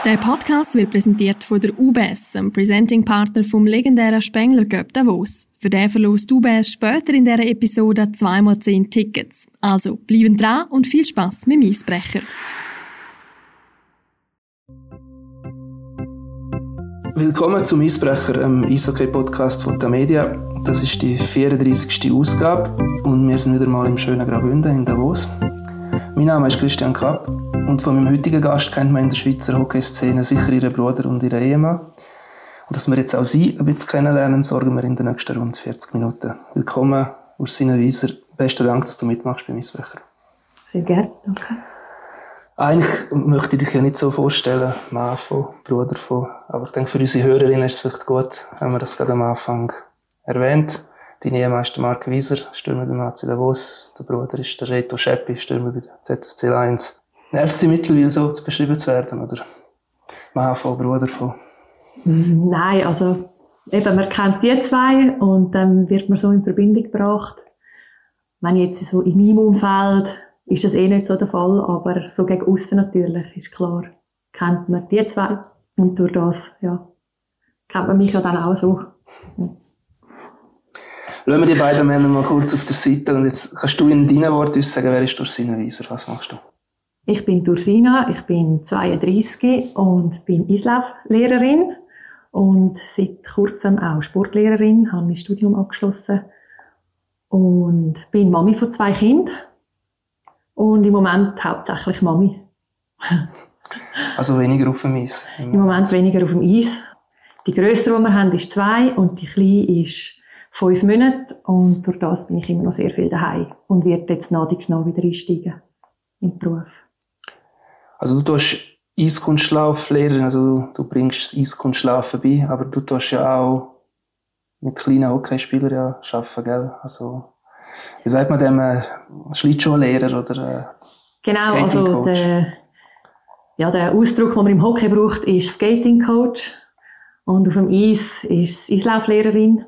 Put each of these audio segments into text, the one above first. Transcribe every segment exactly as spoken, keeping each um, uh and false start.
Der Podcast wird präsentiert von der U B S, dem Presenting Partner vom legendären Spengler Cup Davos. Für den verlost U B S später in dieser Episode zweimal zehn Tickets. Also bleiben dran und viel Spass mit dem Eisbrecher. Willkommen zum Eisbrecher, einem Eishockey-Podcast von Tamedia. Das ist die vierunddreißigste Ausgabe und wir sind wieder mal im schönen Graubünden in Davos. Mein Name ist Christian Kapp und von meinem heutigen Gast kennt man in der Schweizer Hockeyszene sicher ihren Bruder und ihren Ehemann. Und dass wir jetzt auch sie ein bisschen kennenlernen, sorgen wir in den nächsten rund vierzig Minuten. Willkommen, Ursina Wieser. Besten Dank, dass du mitmachst beim Eisbrecher. Sehr gerne, danke. Eigentlich möchte ich dich ja nicht so vorstellen, Mann von, Bruder von, aber ich denke, für unsere Hörerinnen ist es vielleicht gut, wenn man das gerade am Anfang erwähnt. Dein Ehemann ist der Marc Wieser, Stürmer beim H C Davos. Der Bruder ist der Reto Scheppi, Stürmer bei der Z S C eins. Nervt sie mittlerweile so zu beschrieben zu werden, oder? Mann von, Bruder von? Nein, also eben, man kennt die zwei und dann wird man so in Verbindung gebracht. Wenn jetzt so in meinem Umfeld ist das eh nicht so der Fall, aber so gegen aussen natürlich, ist klar, kennt man die zwei und durch das, ja, kennt man mich ja dann auch so. Ja. Lassen wir die beiden Männer mal kurz auf der Seite und jetzt kannst du in deinen Worten uns sagen, wer ist Ursina Wieser, was machst du? Ich bin Ursina, ich bin zweiunddreissig und bin Eislauflehrerin und seit kurzem auch Sportlehrerin, habe mein Studium abgeschlossen und bin Mami von zwei Kindern. Und im Moment hauptsächlich Mami. Also weniger auf dem Eis? Im Moment weniger auf dem Eis. Die grösste, die wir haben, ist zwei und die kleine ist fünf Monate. Und durch das bin ich immer noch sehr viel daheim und werde jetzt nach und nach wieder einsteigen in den Beruf. Also du tust Eiskunstlauflehrerin, also du bringst das Eiskunstlaufen bei, aber du tust ja auch mit kleinen Hockeyspielern ja arbeiten, gell? Also wie sagt man dem, äh, Schlittschuhlehrer oder äh, genau, also der, ja, der Ausdruck, den man im Hockey braucht, ist Skating Coach und auf dem Eis ist Eislauflehrerin.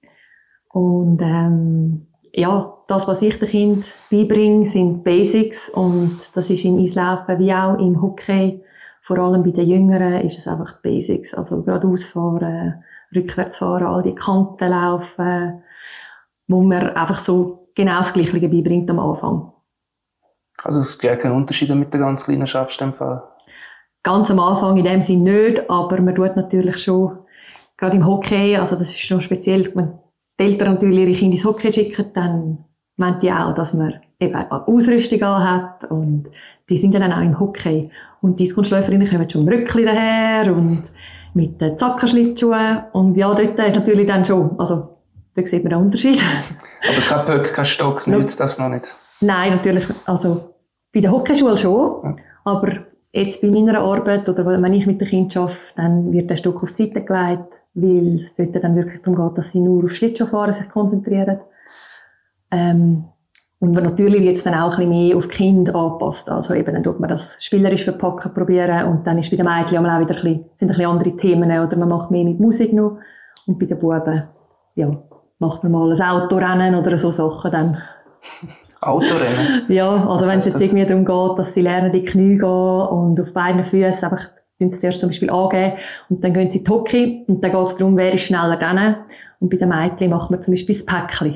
Und ähm, ja, das, was ich den Kindern beibringe, sind Basics und das ist im Eislaufen wie auch im Hockey, vor allem bei den Jüngeren, ist es einfach die Basics, also geradeaus fahren, rückwärts fahren, all die Kanten laufen, wo man einfach so genau das Gleiche beibringt am Anfang. Also es gibt keinen Unterschied mit der ganz kleinen schaffst im Fall? Ganz am Anfang in dem Sinne nicht, aber man tut natürlich schon, gerade im Hockey, also das ist schon speziell, wenn die Eltern natürlich ihre Kinder ins Hockey schicken, dann meint die auch, dass man eben eine Ausrüstung anhat und die sind dann auch im Hockey. Und die Eiskunstläuferinnen kommen schon im Röckli daher und mit den Zackerschlittschuhen und ja, dort ist natürlich dann schon, also da sieht man den Unterschied. Aber kein Böck, kein Stock, nicht, das noch nicht? Nein, natürlich, also bei der Hockeyschule schon, ja. Aber jetzt bei meiner Arbeit oder wenn ich mit den Kindern arbeite, dann wird der Stock auf die Seite gelegt, weil es dort dann wirklich darum geht, dass sie nur auf Schlittschuhfahren sich konzentrieren. Ähm, und natürlich wird es dann auch ein bisschen mehr auf die Kinder angepasst. Also eben, dann tut man das spielerisch verpacken, probieren und dann ist bei den Mädchen auch wieder ein bisschen, sind ein bisschen andere Themen oder man macht mehr mit Musik noch und bei den Buben, ja, macht man mal ein Autorennen oder so Sachen dann. Autorennen? Ja, also was wenn es jetzt das? irgendwie darum geht, dass sie lernen, die Knie gehen und auf beiden Füßen einfach, können sie zuerst zum Beispiel angeben und dann gehen sie in die Hockey und dann geht es darum, wer ist schneller dann. Und bei den Mädchen macht man zum Beispiel das Päckchen.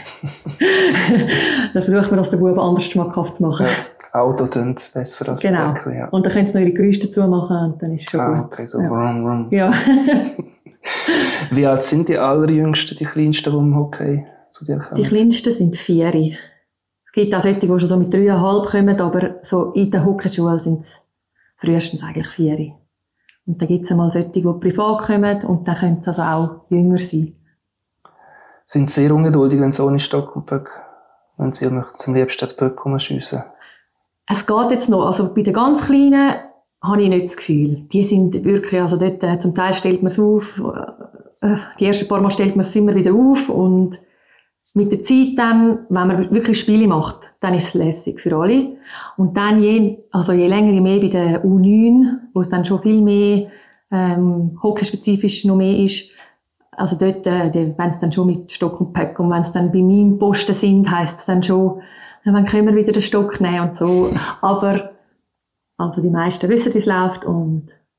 Dann versucht man das den Buben anders schmackhaft zu machen. Ja, Auto tönt besser als genau. Päckchen. Ja. Und dann können sie noch ihre Geräusche dazu machen und dann ist es schon ah, gut. Okay, so ja. rum, rum. Ja. Wie alt sind die allerjüngsten, die kleinsten, die im Hockey zu dir kommen? Die kleinsten sind vier. Es gibt auch solche, die schon so mit dreieinhalb kommen, aber so in der Hockeyschule sind es frühestens eigentlich vier. Und dann gibt es einmal solche, die privat kommen und dann können es also auch jünger sein. Sind sie sehr ungeduldig, wenn sie ohne Stock und Böck, wenn sie am liebsten den Böck rumschiessen? Es geht jetzt noch. Also bei den ganz Kleinen habe ich nicht das Gefühl. Die sind wirklich, also dort, äh, zum Teil stellt man es auf, äh, die ersten paar Mal stellt man es immer wieder auf und mit der Zeit dann, wenn man wirklich Spiele macht, dann ist es lässig für alle. Und dann je, also je länger, je mehr bei der U neun, wo es dann schon viel mehr ähm, hockeyspezifisch noch mehr ist, also dort, äh, wenn es dann schon mit Stock und Pöck und wenn es dann bei meinem Posten sind, heisst es dann schon, ja, dann können wir wieder den Stock nehmen und so. Aber also die meisten wissen, wie es läuft und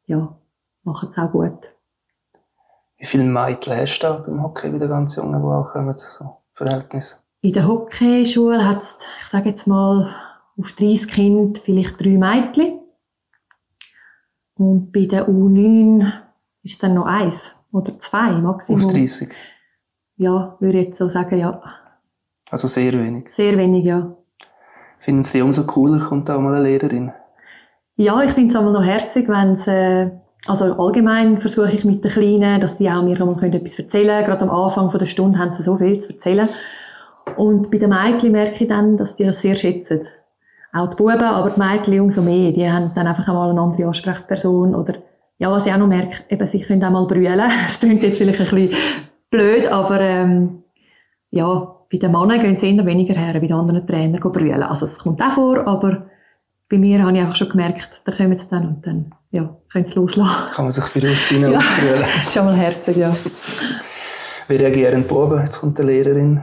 ja, machen es auch gut. Wie viele Mädchen hast du da beim Hockey bei den ganz Jungen, die auch kommen, so Verhältnis? In der Hockeyschule hat es, ich sage jetzt mal, auf dreissig Kinder vielleicht drei Mädchen. Und bei der U neun ist es dann noch eins oder zwei Maximum. Auf dreissig? Ja, würde ich jetzt so sagen, ja. Also sehr wenig? Sehr wenig, ja. Finden Sie die umso cooler, kommt auch mal eine Lehrerin? Ja, ich finde es einmal noch herzig, wenn es, äh, also allgemein versuche ich mit den Kleinen, dass sie auch mir noch mal etwas erzählen können. Gerade am Anfang der Stunde haben sie so viel zu erzählen. Und bei den Mädchen merke ich dann, dass die das sehr schätzen. Auch die Buben, aber die Mädchen umso mehr. Die haben dann einfach einmal eine andere Ansprechperson. Oder, ja, was ich auch noch merke, eben, sie können auch mal brüllen. Das klingt jetzt vielleicht ein bisschen blöd, aber, ähm, ja, bei den Männern gehen sie eher weniger her, bei den anderen Trainern brüllen. Also, es kommt auch vor, aber bei mir habe ich einfach schon gemerkt, da kommen sie dann und dann, ja, können sie loslassen. Kann man sich bei uns rein ja. aufbrüllen. Das ist schon mal herzig, ja. Wie reagieren die Buben? Jetzt kommt eine Lehrerin.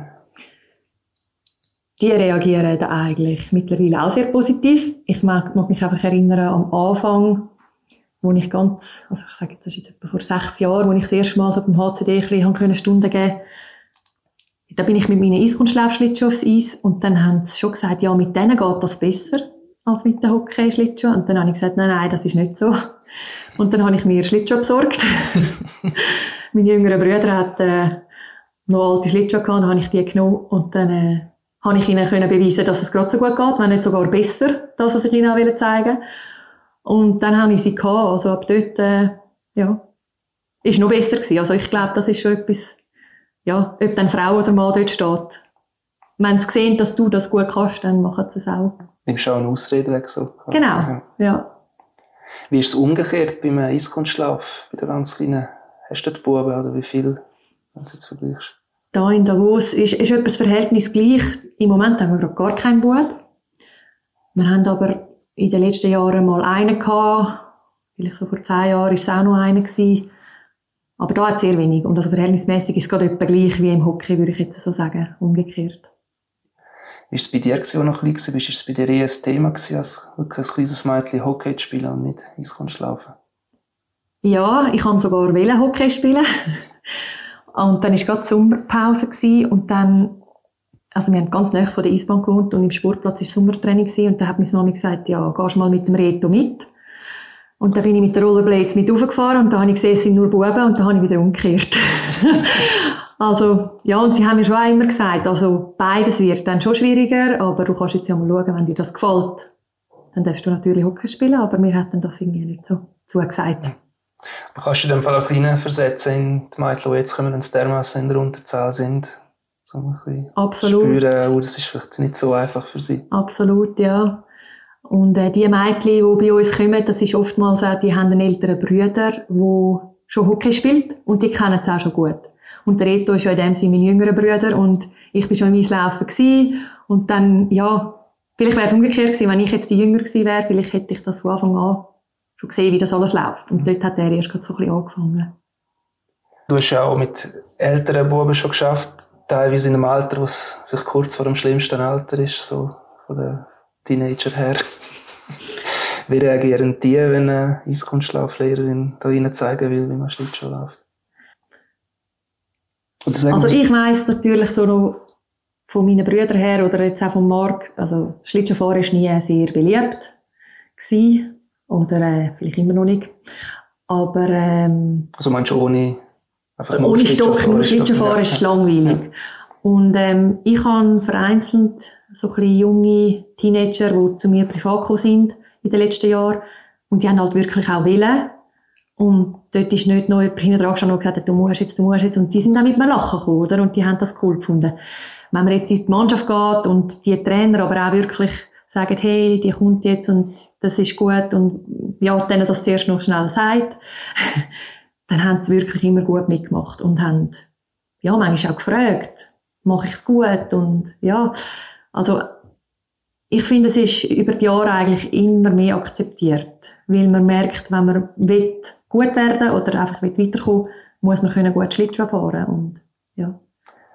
Die reagieren da eigentlich mittlerweile auch sehr positiv. Ich mag, mag mich einfach erinnern am Anfang, wo ich ganz, also ich sage jetzt, das ist jetzt etwa vor sechs Jahren, wo ich das erste Mal so beim H C D ein bisschen Stunden geben konnte. Da bin ich mit meinen Eiskunstlaufschlittschuhen aufs Eis und dann haben sie schon gesagt, ja, mit denen geht das besser als mit den Hockey-Schlittschuhen. Und dann habe ich gesagt, nein, nein, das ist nicht so. Und dann habe ich mir Schlittschuhe besorgt. Mein jüngerer Bruder hat äh, noch alte Schlittschuhe gehabt, dann habe ich die genommen und dann äh, habe ich ihnen können beweisen, dass es gerade so gut geht, wenn nicht sogar besser, das, was ich ihnen auch zeigen wollte. Und dann habe ich sie gehabt, also ab dort, äh, ja, ist noch besser gewesen. Also ich glaube, das ist schon etwas, ja, ob dann Frau oder Mann dort steht. Wenn sie sehen, dass du das gut kannst, dann machen sie es auch. Nimmst du auch eine Ausrede weg, so? Genau, ja. ja. Wie ist es umgekehrt beim Eiskunstlauf, bei den ganz Kleinen? Hast du die Buben oder wie viel, wenn du jetzt vergleichst? Da in Davos ist, ist etwas Verhältnis gleich. Im Moment haben wir gerade gar keinen Bub. Wir haben aber in den letzten Jahren mal einen gehabt. Vielleicht so vor zehn Jahren war es auch noch einer gewesen. Aber da hat es sehr wenig. Und also verhältnismäßig ist es gerade etwa gleich wie im Hockey, würde ich jetzt so sagen. Umgekehrt. Ist es bei dir, als du noch klein warst, ist es bei dir eher ein Thema gewesen, als wirklich ein kleines Mädchen Hockey zu spielen und nicht Eiskunstlaufen? Ja, ich wollte sogar Hockey spielen. Und dann war gerade die Sommerpause gewesen, und dann, also wir haben ganz nahe von der Eisbahn gewohnt und im Sportplatz war Sommertraining gewesen, und dann hat meine Mami gesagt, ja, gehst mal mit dem Reto mit. Und dann bin ich mit der Rollerblades mit raufgefahren und da habe ich gesehen, es sind nur Buben, und dann habe ich wieder umgekehrt. Also, ja, und sie haben mir schon auch immer gesagt, also beides wird dann schon schwieriger, aber du kannst jetzt ja mal schauen, wenn dir das gefällt, dann darfst du natürlich Hockey spielen, aber mir hat dann das irgendwie nicht so zugesagt. Du kannst dich in dem Fall auch klein versetzen in die Mädchen, die jetzt kommen, wenn sie dermassen in der Unterzahl sind, so ein bisschen Absolut. spüren, oh, das ist vielleicht nicht so einfach für sie. Absolut, ja. Und äh, die Mädchen, die bei uns kommen, das ist oftmals auch, die haben einen älteren Bruder, der schon Hockey spielt, und die kennen es auch schon gut. Und der Reto ist ja in dem Sinne mein jüngerer Bruder, und ich war schon im Eislaufen gewesen, und dann, ja, vielleicht wäre es umgekehrt gewesen, wenn ich jetzt die Jünger gewesen wäre, vielleicht hätte ich das von Anfang an schon gesehen, wie das alles läuft. Und dort hat er erst gerade so ein bisschen angefangen. Du hast ja auch mit älteren Buben schon geschafft, teilweise in einem Alter, was vielleicht kurz vor dem schlimmsten Alter ist, so von den Teenager her. Wie reagieren die, wenn eine Eiskunstlauflehrerin da ihnen zeigen will, wie man Schlittschuh läuft? Also ich weiss natürlich so noch von meinen Brüdern her oder jetzt auch vom Marc, also Schlittschuhfahren war nie sehr beliebt gewesen. Oder äh, vielleicht immer noch nicht. Aber ähm, also meinst du ohne einfach ohne Stock, nur Schlittschuhfahren ist langweilig. Ja. Und ähm, ich habe vereinzelt so ein bisschen junge Teenager, die zu mir privat gekommen sind in den letzten Jahren. Und die haben halt wirklich auch wollen. Und dort ist nicht noch jemand hinten dran gestanden und gesagt, du musst jetzt, du musst jetzt. Und die sind auch mit mir lachen gekommen, oder? Und die haben das cool gefunden. Wenn man jetzt in die Mannschaft geht und die Trainer aber auch wirklich sagen, hey, die kommt jetzt und das ist gut, und ja, denen das zuerst noch schnell sagt, dann haben sie wirklich immer gut mitgemacht und haben, ja, manchmal auch gefragt, mache ich es gut? Und ja, also ich finde, es ist über die Jahre eigentlich immer mehr akzeptiert, weil man merkt, wenn man will gut werden oder einfach will weiterkommen, muss man können gut Schlittschuh fahren und ja.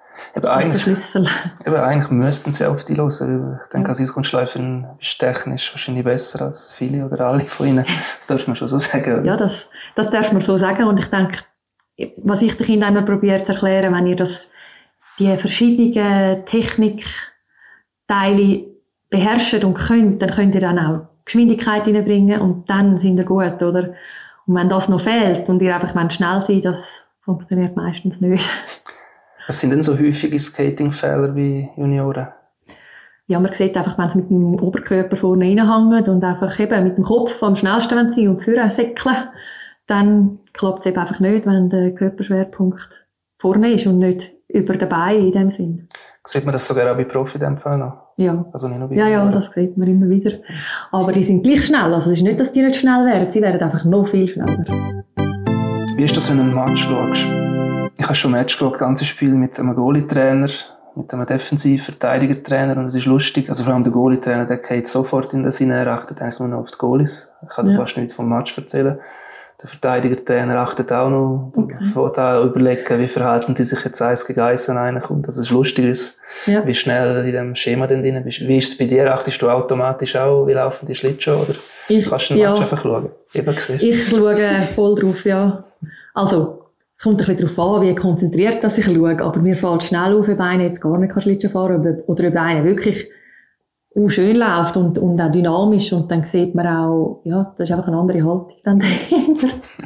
Eben das ist eigentlich, der Schlüssel. Eben eigentlich müssten sie auf die hören. Ich denke, als Eiskunstläuferin ist technisch wahrscheinlich besser als viele oder alle von ihnen. Das darf man schon so sagen. Oder? Ja, das, das darf man so sagen. Und ich denke, was ich den Kindern immer probiere zu erklären, wenn ihr das, die verschiedenen Technikteile beherrscht und könnt, dann könnt ihr dann auch Geschwindigkeit reinbringen und dann sind ihr gut, oder? Und wenn das noch fehlt und ihr einfach schnell seid, das funktioniert meistens nicht. Was sind denn so häufige Skating-Fehler bei Junioren? Ja, man sieht einfach, wenn sie mit dem Oberkörper vorne reinhängen und einfach eben mit dem Kopf am schnellsten sind und vorne säckeln, dann klappt es eben einfach nicht, wenn der Körperschwerpunkt vorne ist und nicht über den Beinen in dem Sinn. Sieht man das sogar auch bei Profi in dem Fall noch? Ja. Also nicht nur bei ja, ja, das sieht man immer wieder. Aber die sind gleich schnell. Also es ist nicht, dass die nicht schnell wären, sie wären einfach noch viel schneller. Wie ist das, wenn du einen Match schaust? Ich habe schon ein Match geschaut, ganzes Spiel mit einem Goalie-Trainer, mit einem Defensiv-Verteidiger-Trainer und es ist lustig, also vor allem der Goalie-Trainer, der geht sofort in den Sinn, er achtet eigentlich nur noch auf die Goalies. Ich kann dir ja. fast nichts vom Match erzählen. Der Verteidiger-Trainer achtet auch noch, okay. Fährt auch überlegen, wie verhalten die sich jetzt eins gegen eins reinkommt. Also es ist lustig, ist, ja. wie schnell in dem Schema denn drin bist. Wie ist es bei dir? Achtest du automatisch auch, wie laufen die Schlittschuhe, oder ich, kannst du den ja. Match einfach schauen? Eben ich schaue voll drauf, ja. Also, es kommt ein bisschen darauf an, wie konzentriert dass ich schaue, aber mir fällt schnell auf, ob einer jetzt gar nicht Schlittschuh fahren kann oder ob einer wirklich auch schön läuft und, und auch dynamisch und dann sieht man auch, ja, das ist einfach eine andere Haltung dann dahinter.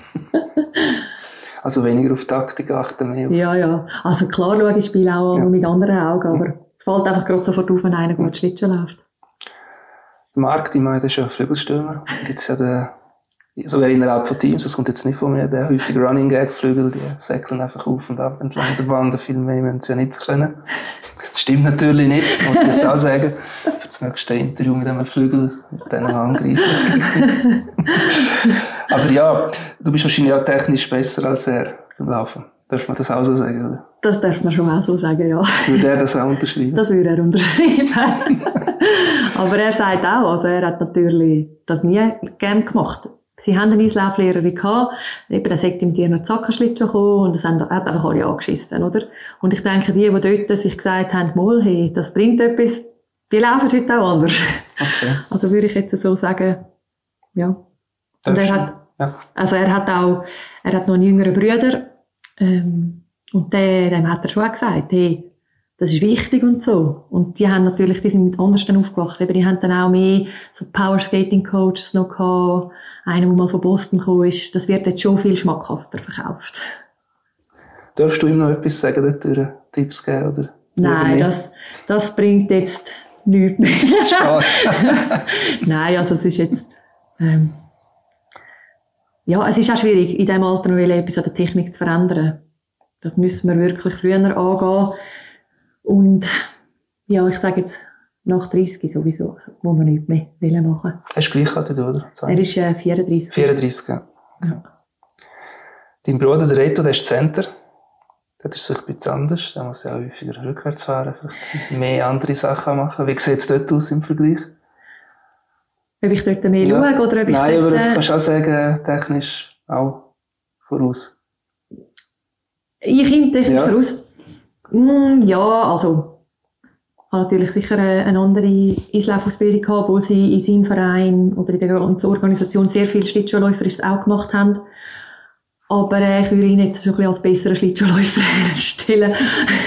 Also weniger auf Taktik achten, mehr auf... Ja, ja. Also klar schaue ich Spiele auch ja. mit anderen Augen, aber ja. es fällt einfach gerade sofort auf, wenn einer gut ja. Schlittschuh läuft. Marc, die meint, ist ja Flügelstürmer. Da gibt's ja den, sogar innerhalb von Teams, das kommt jetzt nicht von mir, der häufige Running Gag Flügel, die säckeln einfach auf und ab entlang der Bande, viel mehr müssen sie ja nicht können. Das stimmt natürlich nicht, muss ich jetzt auch sagen. Für das nächste Interview mit einem Flügel, mit denen angreifen. Aber ja, du bist wahrscheinlich auch technisch besser als er beim Laufen. Darf man das auch so sagen, oder? Das darf man schon auch so sagen, ja. Würde er das auch unterschreiben? Das würde er unterschreiben. Aber er sagt auch, also er hat natürlich das nie gern gemacht. Sie haben eine Eislauflehrerin gehabt, eben, der sagt mit ihren Zackenschlittschuhen gekommen und das haben, hat einfach alle angeschissen, oder? Und ich denke, die, die dort sich gesagt haben, mal, hey, das bringt etwas, die laufen heute auch anders. Okay. Also würde ich jetzt so sagen, ja. Und er hat, ja. Also er hat auch, er hat noch einen jüngeren Bruder, ähm, und der, dem hat er schon auch gesagt, hey, das ist wichtig und so. Und die haben natürlich, die sind mit anderen aufgewachsen. Eben, die haben dann auch mehr so Power-Skating-Coaches noch gehabt. Einer, der mal von Boston gekommen ist. Das wird jetzt schon viel schmackhafter verkauft. Darfst du ihm noch etwas sagen, dort Tipps geben, oder? Nein, das, das bringt jetzt nichts mehr. Das ist schade. Nein, also es ist jetzt, ähm, ja, es ist auch schwierig, in diesem Alter noch etwas an der Technik zu verändern. Das müssen wir wirklich früher angehen. Und ja, ich sage jetzt, nach dreißig sowieso, also, wo wir nichts mehr machen wollen. Hast du gleich Alter, oder? Er ist äh, vierunddreißig. vierunddreißig, ja. ja. Dein Bruder, der Reto, der ist Center. Das ist vielleicht ein bisschen anders. Der muss ja auch häufiger rückwärts fahren, vielleicht mehr andere Sachen machen. Wie sieht es dort aus im Vergleich? Ob ich dort mehr ja. schaue oder ob ich Nein, dort, aber du kannst auch sagen, technisch auch voraus. Ich ihm technisch ja. voraus? Mm, ja, also ich habe natürlich sicher eine andere Eislaufausbildung gehabt, obwohl sie in seinem Verein oder in der ganzen Organisation sehr viele Schlittschuhläufer auch gemacht haben. Aber äh, ich würde ihn jetzt schon ein bisschen als besseren Schlittschuhläufer stellen.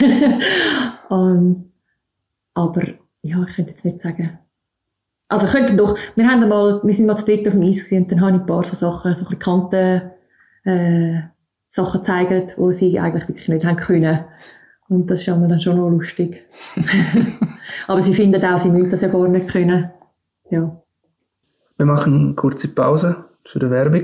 um, aber ja, ich könnte jetzt nicht sagen. Also ich könnte doch, wir, haben mal, wir sind mal zu dritt auf dem Eis gewesen, und dann habe ich ein paar so Sachen, so ein bisschen Kanten, äh, Sachen gezeigt, die sie eigentlich wirklich nicht haben können. Und das ist mir dann schon noch lustig. Aber sie finden auch, sie müssen das ja gar nicht können. Ja. Wir machen eine kurze Pause für die Werbung.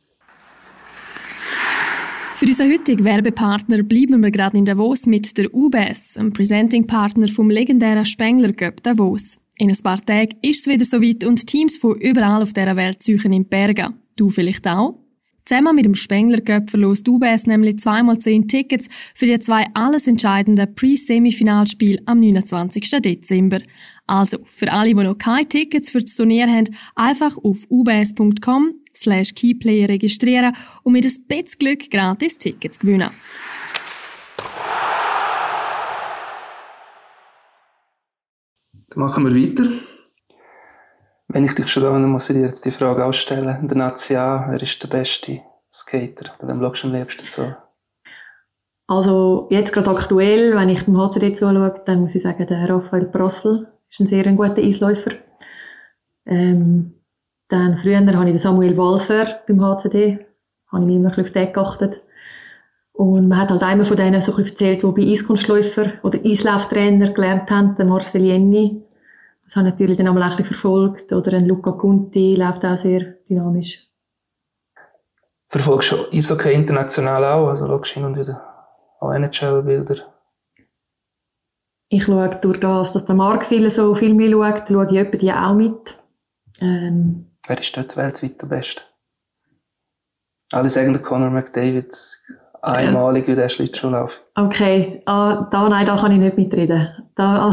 Für unseren heutigen Werbepartner bleiben wir gerade in Davos mit der U B S, einem Presenting-Partner vom legendären Spengler Cup Davos. In ein paar Tagen ist es wieder soweit und Teams von überall auf dieser Welt suchen in Berga. Du vielleicht auch? Zusammen mit dem Spengler Cup verlost U B S nämlich zweimal zehn Tickets für die zwei alles entscheidenden Pre-Semifinalspiele am neunundzwanzigsten Dezember. Also, für alle, die noch keine Tickets für das Turnier haben, einfach auf ubs.com slash keyplayer registrieren und mit ein bisschen Glück gratis Tickets gewinnen. Dann machen wir weiter. Wenn ich dich schon da dann muss ich dir jetzt die Frage auch stellen. In der Nazi A, wer ist der beste Skater? Oder wem schaust du am liebsten zu? Also jetzt gerade aktuell, wenn ich dem H C D zuschaue, dann muss ich sagen, der Raphael Prossl ist ein sehr guter Eisläufer. Ähm, dann früher habe ich den Samuel Walser beim H C D, habe ich mir immer ein bisschen auf den geachtet. Und man hat halt einmal von denen so ein bisschen erzählt, die bei Eiskunstläufer oder Eislauftrainer gelernt haben, den Marcel Jenny. Das habe ich natürlich dann auch mal ein bisschen verfolgt. Oder ein Luca Conti läuft auch sehr dynamisch. Verfolgst du Eishockey international auch? Also schaust du hin und wieder auch N H L-Bilder? Ich schaue durch das, dass der Marc viele so Filme schaut, schaue ich etwa die auch mit. Ähm, Wer ist dort weltweit der Beste? Alle sagen der Conor McDavid, einmalig wie der Schlittschuhlauf. Okay, ah, da, nein, da kann ich nicht mitreden. Da,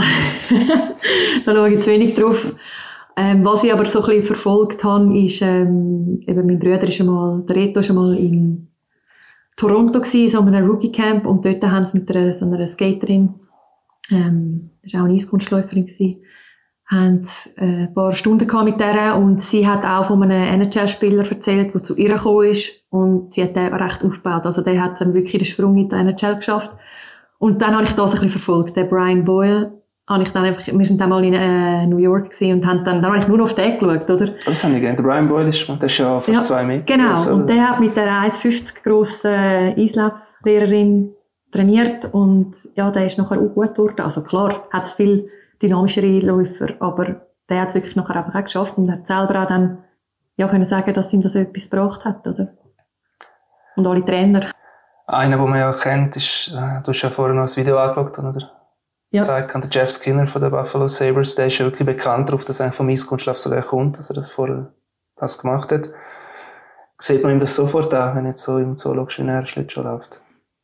da schaue ich zu wenig drauf. Ähm, was ich aber so ein bisschen verfolgt habe, ist, ähm, eben mein Bruder ist einmal, der Reto ist einmal in Toronto gewesen, so einem Rookie-Camp, und dort haben sie mit einer, so einer Skaterin, ähm, das war auch eine Eiskunstläuferin gewesen, haben äh, ein paar Stunden gehabt mit der, und sie hat auch von einem N H L-Spieler erzählt, der zu ihr gekommen ist, und sie hat den recht aufgebaut. Also der hat dann wirklich den Sprung in die N H L geschafft. Und dann habe ich das ein bisschen verfolgt. Der Brian Boyle, habe ich dann einfach, wir sind dann mal in äh, New York gewesen und haben dann, dann habe ich nur noch auf den geschaut, oder? Das habe ich gerne. Der Brian Boyle ist, der ist ja fast ja, zwei Meter. Genau, groß, und der hat mit der eins fünfzig grossen Eislauflehrerin trainiert, und ja, der ist nachher auch gut geworden. Also klar, hat es viel dynamischere Läufer, aber der hat es wirklich nachher einfach auch geschafft und hat selber auch dann ja, können sagen, dass ihm das etwas gebracht hat, oder? Und alle Trainer. Einer, den man ja kennt, ist, äh, du hast ja vorhin noch ein Video angeschaut, oder? Ja. Zeigt, der Jeff Skinner von den Buffalo Sabres, der ist ja wirklich bekannt darauf, dass er vom Eiskunstlauf sogar kommt, dass er das vorher das gemacht hat. Sieht man ihm das sofort an, wenn du jetzt so im Zoo schaust, wie er Schlittschuh läuft?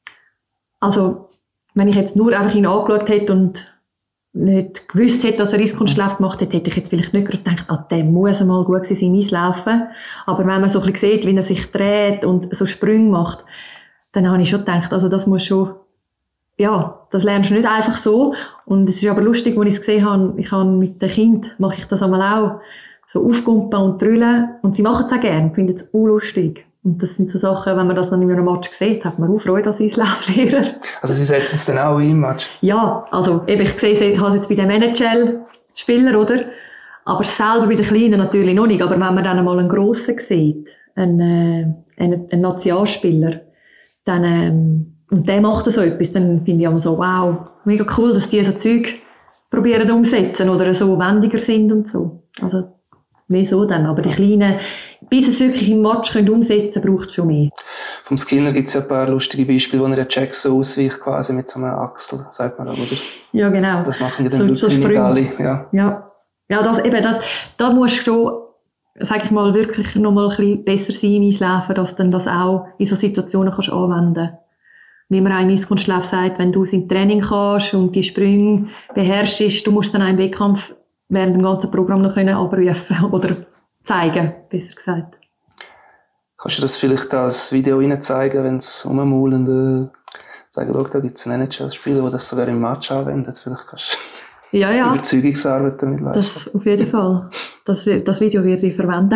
Also, wenn ich jetzt nur einfach ihn angeschaut hätte und nicht gewusst hätte, dass er Eiskunstlauf gemacht hat, hätte ich jetzt vielleicht nicht gerade gedacht, ah, der muss einmal gut sein im Eislaufen. Aber wenn man so ein bisschen sieht, wie er sich dreht und so Sprünge macht, dann habe ich schon gedacht, also das muss schon, ja, das lernst du nicht einfach so. Und es ist aber lustig, als ich es gesehen habe, ich habe mit den Kindern, mache ich das einmal auch, so aufkumpen und drüllen. Und sie machen es auch gerne, finden es auch lustig. Und das sind so Sachen, wenn man das dann in einem Match sieht, hat man auch Freude als Eislauflehrer. Also Sie setzen es dann auch im Match? Ja, also eben, ich sehe, ich habe es jetzt bei dem N H L-Spieler, oder? Aber selber bei den Kleinen natürlich noch nicht. Aber wenn man dann einmal einen Grossen sieht, einen, äh, einen, einen Nationalspieler, dann, ähm, und der macht so etwas, dann finde ich immer so, wow, mega cool, dass die so Zeug probieren umsetzen oder so wendiger sind und so. Also, mehr so dann. Aber die Kleinen, bis sie es wirklich im Match können umsetzen können, braucht es schon mehr. Vom Skinner gibt es ja ein paar lustige Beispiele, wo er ja Checks so ausweicht, quasi mit so einer Achsel, sagt man auch, oder? Ja, genau. Das machen ja dann so, wirklich so nicht alle. Ja, ja. ja das, eben, das, da musst du schon, sag ich mal, wirklich noch mal ein bisschen besser sein im Eislaufen, dass du das auch in so Situationen kannst anwenden. Wie man auch im Eiskunstlauf sagt, wenn du es im Training kannst und die Sprünge beherrschst, du musst dann auch im Wettkampf während dem ganzen Programm noch können abrufen oder zeigen, besser gesagt. Kannst du das vielleicht als Video rein zeigen, wenn es rummaulen, äh, zeigen, schau, da gibt es einen N H L-Spieler, der das sogar im Match anwendet. Vielleicht kannst du ja, ja. Überzeugungsarbeit damit leisten. Das auf jeden Fall. Das, das Video werde ich verwenden.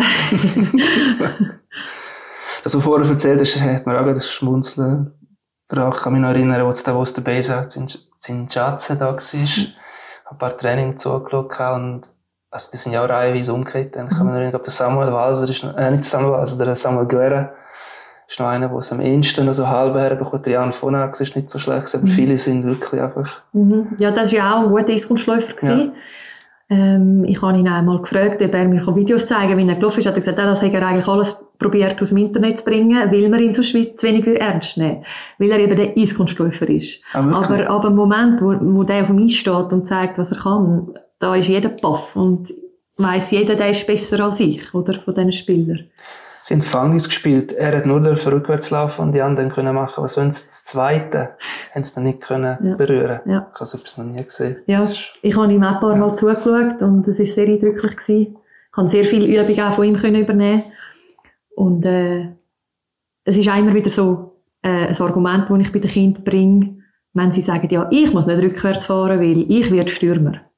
Das, was du vorher erzählt hast, hat mir auch das Schmunzeln. Ich kann mich noch erinnern, als der aus der Base in Jatze da war. Ich habe ein paar Trainings zugeschaut und also die sind ja auch reihenweise umgekehrt. Ich kann mich noch erinnern, der Samuel Walser ist noch, äh, nicht Samuel Walser, der Samuel Guerra ist noch einer, der es am ehesten noch so halb herbekommt. Der Jan Phonax ist nicht so schlecht, aber mhm. viele sind wirklich einfach... Mhm. Ja, das war ja auch ein guter Eiskunstläufer. Ja. Ähm, ich habe ihn einmal gefragt, ob er mir Videos zeigen kann, wie er gelaufen ist. Er hat gesagt, das hat er eigentlich alles probiert aus dem Internet zu bringen, weil man ihn so zu wenig ernst nehmen, weil er eben der Eiskunstläufer ist. Ah, aber ab dem Moment, wo, wo der auf dem Eis steht und zeigt, was er kann, da ist jeder baff und weiss jeder, der ist besser als ich, oder, von diesen Spielern. Sie haben Fangis gespielt. Er hat nur rückwärts laufen und die anderen können machen. Was wollen sie das Zweite? Haben sie dann nicht können ja. berühren. Ja. Ich habe so etwas noch nie gesehen. Ja, ist, ich habe ihm auch ein paar Mal ja. zugeschaut und es war sehr eindrücklich gewesen. Ich konnte sehr viele Übungen auch von ihm übernehmen. Und äh, es ist auch immer wieder so äh, ein Argument, das ich bei den Kindern bringe, wenn sie sagen, ja, ich muss nicht rückwärts fahren, weil ich werde Stürmer.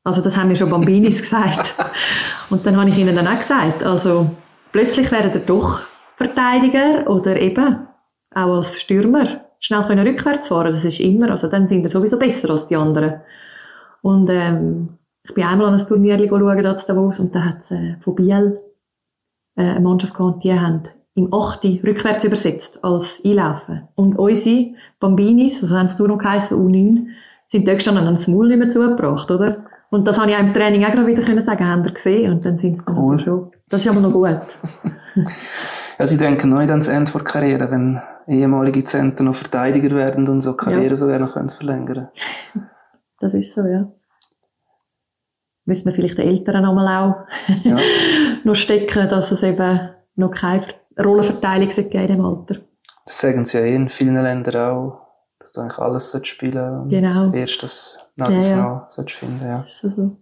Also das haben mir schon Bambinis gesagt. Und dann habe ich ihnen dann auch gesagt, also plötzlich werden ihr doch Verteidiger oder eben auch als Stürmer schnell können rückwärts fahren. Das ist immer, also dann sind ihr sowieso besser als die anderen. Und ähm, ich bin einmal an ein Turnier schauen, da zu Davos, und da hat es äh, von Biel äh, eine Mannschaft gehabt, die haben im Achte rückwärts übersetzt als Einlaufen. Und unsere Bambinis, also haben es noch geheißen, U neun, sind dort gestanden und haben das Maul nicht mehr zugebracht, oder? Und das habe ich auch im Training auch gerade wieder können sagen, haben wir gesehen, und dann sind sie dann cool. Also schon. Das ist aber noch gut. Ja, Sie denken noch nicht ans Ende der Karriere, wenn ehemalige Zentner noch Verteidiger werden und so Karriere ja. sogar noch verlängern können. Das ist so, ja. Müssen wir vielleicht den Eltern nochmal auch ja. noch stecken, dass es eben noch keine Rollenverteilung gibt in diesem Alter. Das sagen sie ja eh in vielen Ländern auch, dass du eigentlich alles spielen sollst und genau. erst das nach das ja, ja. noch sollst finden. Ja. Das ist so.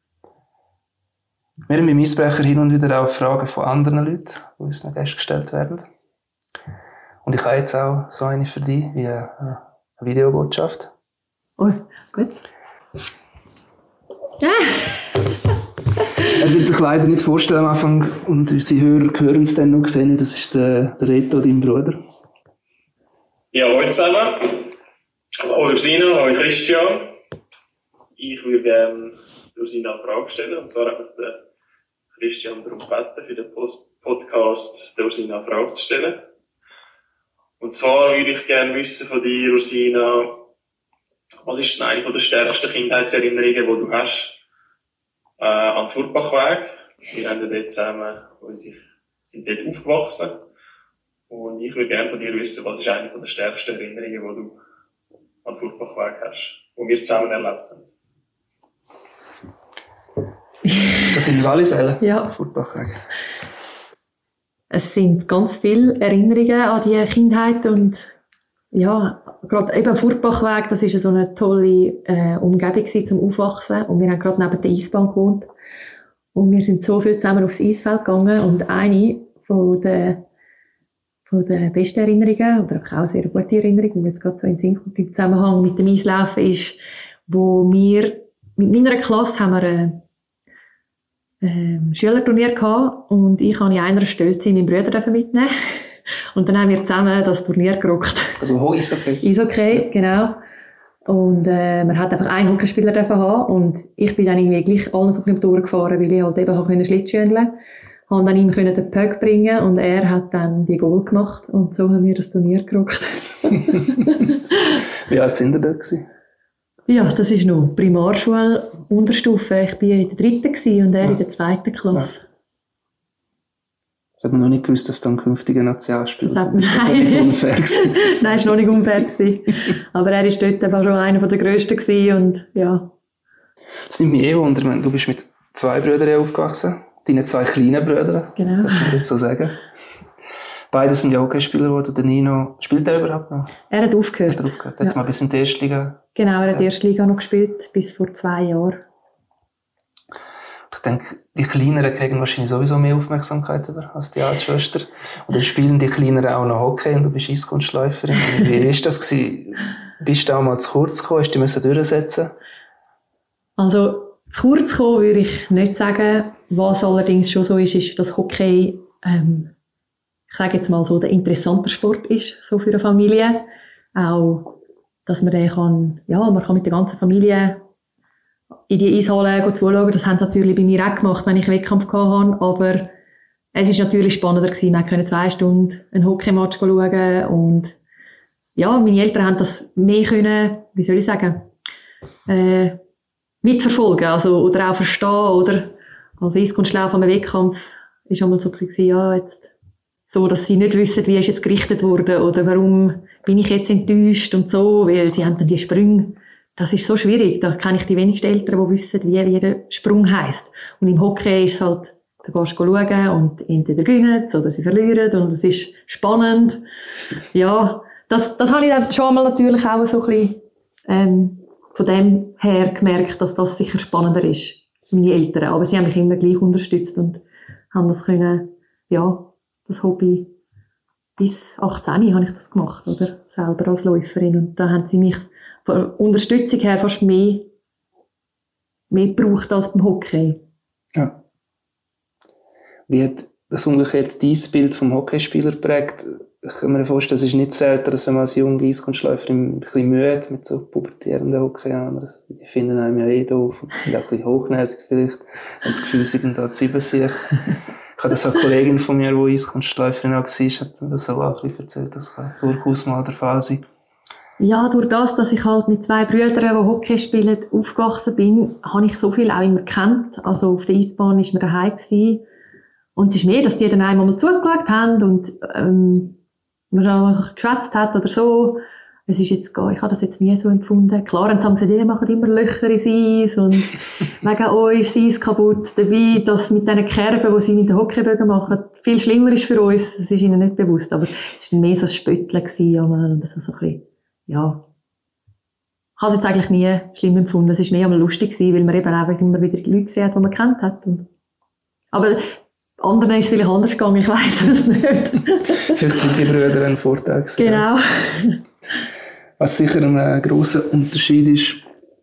Wir haben beim Eisbrecher hin und wieder auch Fragen von anderen Leuten, die uns noch Gäste gestellt werden. Und ich habe jetzt auch so eine für dich, wie eine Videobotschaft. Oh, gut. Er will sich leider nicht vorstellen am Anfang und unsere Hörer hören es dann noch sehen. Das ist der, der Reto, dein Bruder. Ja, hallo zusammen. Hallo Ursina, hallo Christian. Ich würde gerne Ursina eine Frage stellen. Und zwar hat mich der Christian darum gebeten, für den Post- Podcast der Ursina eine Frage zu stellen. Und zwar würde ich gerne wissen von dir, Ursina, was ist denn eine der stärksten Kindheitserinnerungen, die du hast äh, am Furtbachweg? Wir haben ja dort zusammen, wir sind dort aufgewachsen. Und ich würde gerne von dir wissen, was ist eine der stärksten Erinnerungen, die du am Furtbachweg hast, die wir zusammen erlebt haben. Ist das in Wallisellen? Ja. Furtbachweg. Es sind ganz viele Erinnerungen an die Kindheit und ja, gerade eben Furtbachweg, das ist so eine tolle äh, Umgebung zum Aufwachsen, und wir haben gerade neben der Eisbahn gewohnt und wir sind so viel zusammen aufs Eisfeld gegangen, und eine von den, von den besten Erinnerungen, oder auch sehr gute Erinnerungen, die mir jetzt gerade so in den Sinn kommt, im Zusammenhang mit dem Eislaufen ist, wo wir mit meiner Klasse haben wir ein ähm, Schülerturnier gehabt, und ich habe in einer Stölze meinen Bruder mitnehmen. Und dann haben wir zusammen das Turnier gerockt. Also ho, Eishockey. Eishockey, genau. Und äh, man hat einfach einen Hockeyspieler haben, und ich bin dann irgendwie gleich alles so ein bisschen durchgefahren, weil ich halt eben auch Schlittschuhen konnte. Habe dann ihm den Puck bringen, und er hat dann die Goal gemacht, und so haben wir das Turnier gerockt. Wie alt sind ihr da gewesen? Ja, das ist noch Primarschule, Unterstufe. Ich war in der dritten und er ja. in der zweiten Klasse. Ja. Das hat man noch nicht gewusst, dass du ein künftiger Nationalspieler das bist. Das war nicht unfair. Nein, das war noch nicht unfair. Aber er war dort schon einer der Grössten gewesen, und ja. Das nimmt mich eh wunder. Du bist mit zwei Brüdern aufgewachsen. Deine zwei kleinen Brüder. Genau. Das kann man jetzt so sagen. Beide sind ja Hockeyspieler geworden. Der Nino, spielt er überhaupt noch? Er hat aufgehört. Hat er aufgehört? Ja. Hat mal bis in die erste Liga? Genau, er hat die erste Liga noch gespielt, bis vor zwei Jahren. Ich denke, die Kleineren kriegen wahrscheinlich sowieso mehr Aufmerksamkeit über als die Altschwester. Und dann spielen die Kleineren auch noch Hockey, und du bist Eiskunstläuferin. Wie war das gewesen? Bist du auch mal zu kurz gekommen? Hast du dich durchsetzen? Also, zu kurz kommen würde ich nicht sagen. Was allerdings schon so ist, ist, dass Hockey, ähm, ich sage jetzt mal so, der interessante Sport ist, so für eine Familie. Auch, dass man den kann, ja, man kann mit der ganzen Familie in die Eishalle zuschauen. Das haben natürlich bei mir auch gemacht, wenn ich Wettkampf hatte. Aber es ist natürlich spannender gewesen. Wir konnten zwei Stunden einen Hockeymatch schauen. Und ja, meine Eltern haben das mehr können, wie soll ich sagen, äh, mitverfolgen. Also, oder auch verstehen, oder? Als Eiskunstlauf am Wettkampf ist einmal so gewesen, ja, jetzt, so, dass sie nicht wissen, wie ist jetzt gerichtet worden, oder warum bin ich jetzt enttäuscht und so, weil sie haben dann die Sprünge. Das ist so schwierig. Da kenne ich die wenigsten Eltern, die wissen, wie jeder Sprung heisst. Und im Hockey ist es halt, da gehst du schauen und entweder gewinnen oder sie verlieren, und es ist spannend. Ja, das, das habe ich dann schon mal natürlich auch so ein bisschen, ähm, von dem her gemerkt, dass das sicher spannender ist. Meine Eltern. Aber sie haben mich immer gleich unterstützt und haben das können, ja, das Hobby bis achtzehn habe ich das gemacht, oder? Selber als Läuferin. Und da haben sie mich von Unterstützung her fast mehr mehr gebraucht als beim Hockey. Ja. Wie hat das umgekehrt dein Bild vom Hockeyspieler geprägt? Ich kann mir vorstellen, es ist nicht selten, dass wenn man als junger Eiskunstläufer ein bisschen müde mit so pubertierenden Hockeyanern, die finden einem ja eh doof und sind auch ein bisschen hochnäsig vielleicht, haben das Gefühl, sie sind da sieben sich. Ich habe das eine Kollegin von mir, die Eiskunstläuferin auch war, hat mir das auch ein bisschen erzählt, das kann durchaus mal der Fall sein. Ja, durch das, dass ich halt mit zwei Brüdern, die Hockey spielen, aufgewachsen bin, habe ich so viel auch immer gekannt. Also auf der Eisbahn war man daheim gewesen. Und es ist mehr, dass die dann einmal zugeschaut haben und ähm, man auch geschwätzt hat oder so. Es ist jetzt gar, ich habe das jetzt nie so empfunden. Klar, dann haben sie gesagt, ihr macht immer Löcher ins Eis und wegen euch ist das Eis kaputt. Dabei, dass mit diesen Kerben, die sie mit den Hockeybögen machen, viel schlimmer ist für uns. Das ist ihnen nicht bewusst. Aber es war mehr so ein Spötteln gewesen, und das war so ein bisschen, ja. Ich habe es jetzt eigentlich nie schlimm empfunden. Es war mehr einmal lustig gewesen, weil man eben auch immer wieder Leute gesehen hat, die man kennt hat. Und aber anderen ist es vielleicht anders gegangen, ich weiss es nicht. Vielleicht sind die Brüder ein Vorteil gewesen. Genau. Was sicher ein grosser Unterschied ist,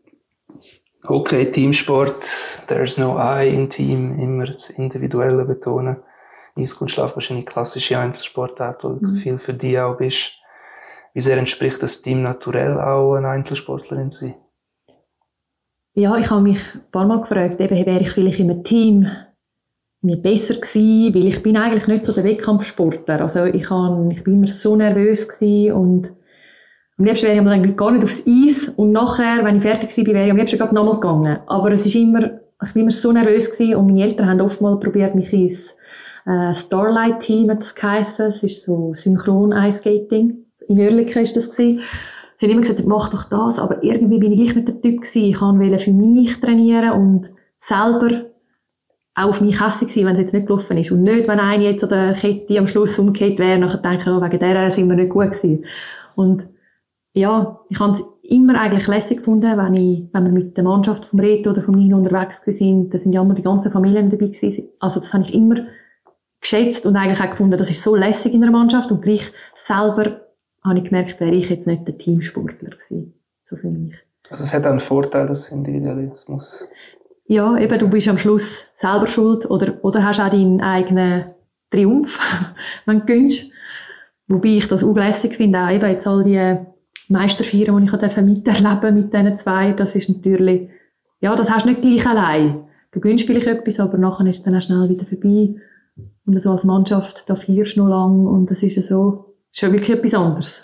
Hockey, Teamsport, there's no I in Team, immer das Individuelle betonen. Eiskunstlauf wahrscheinlich klassische Einzelsportart, wo du mhm. viel für dich auch bist. Wie sehr entspricht das Team naturell auch eine Einzelsportlerin sein? Ja, ich habe mich ein paar Mal gefragt, eben, wäre ich vielleicht in einem Team mir besser gewesen, weil ich bin eigentlich nicht so der Wettkampfsportler. Also ich, kann, ich bin immer so nervös gewesen und am liebsten wäre ich dann gar nicht aufs Eis und nachher, wenn ich fertig war, wäre ich am liebsten gerade nochmal gegangen. Aber es ist immer, ich bin immer so nervös gewesen und meine Eltern haben oft mal probiert, mich ins äh, Starlight-Team, hat das geheissen. Es ist so Synchron-Eiskating. In Oerlikon ist das gewesen. Sie haben immer gesagt, mach doch das, aber irgendwie bin ich gleich nicht der Typ gewesen. Ich wollte für mich trainieren und selber auch auf mich hässlich gewesen, wenn es jetzt nicht gelaufen ist. Und nicht, wenn eine jetzt an der Kette am Schluss umgekehrt wäre, nachher denke ich, oh, wegen der sind wir nicht gut gewesen. Und ja, ich habe es immer eigentlich lässig gefunden, wenn, ich, wenn wir mit der Mannschaft vom Reto oder vom Nino unterwegs waren. Da sind ja immer die ganzen Familien dabei gewesen. Also das habe ich immer geschätzt und eigentlich auch gefunden, das ist so lässig in der Mannschaft. Und gleich selber habe ich gemerkt, wäre ich jetzt nicht der Teamsportler gewesen. So für mich. Also es hat auch einen Vorteil, das Individualismus. Ja, eben, du bist am Schluss selber schuld oder, oder hast auch deinen eigenen Triumph, wenn du gönnst. Wobei ich das auch lässig finde, auch eben jetzt all die Meisterfeiern, die ich miterleben mit diesen zwei, das ist natürlich, ja, das hast du nicht gleich allein. Du gönnst vielleicht etwas, aber nachher ist es dann auch schnell wieder vorbei. Und so als Mannschaft, da feierst du noch lang und das ist ja so, ist schon wirklich etwas anderes.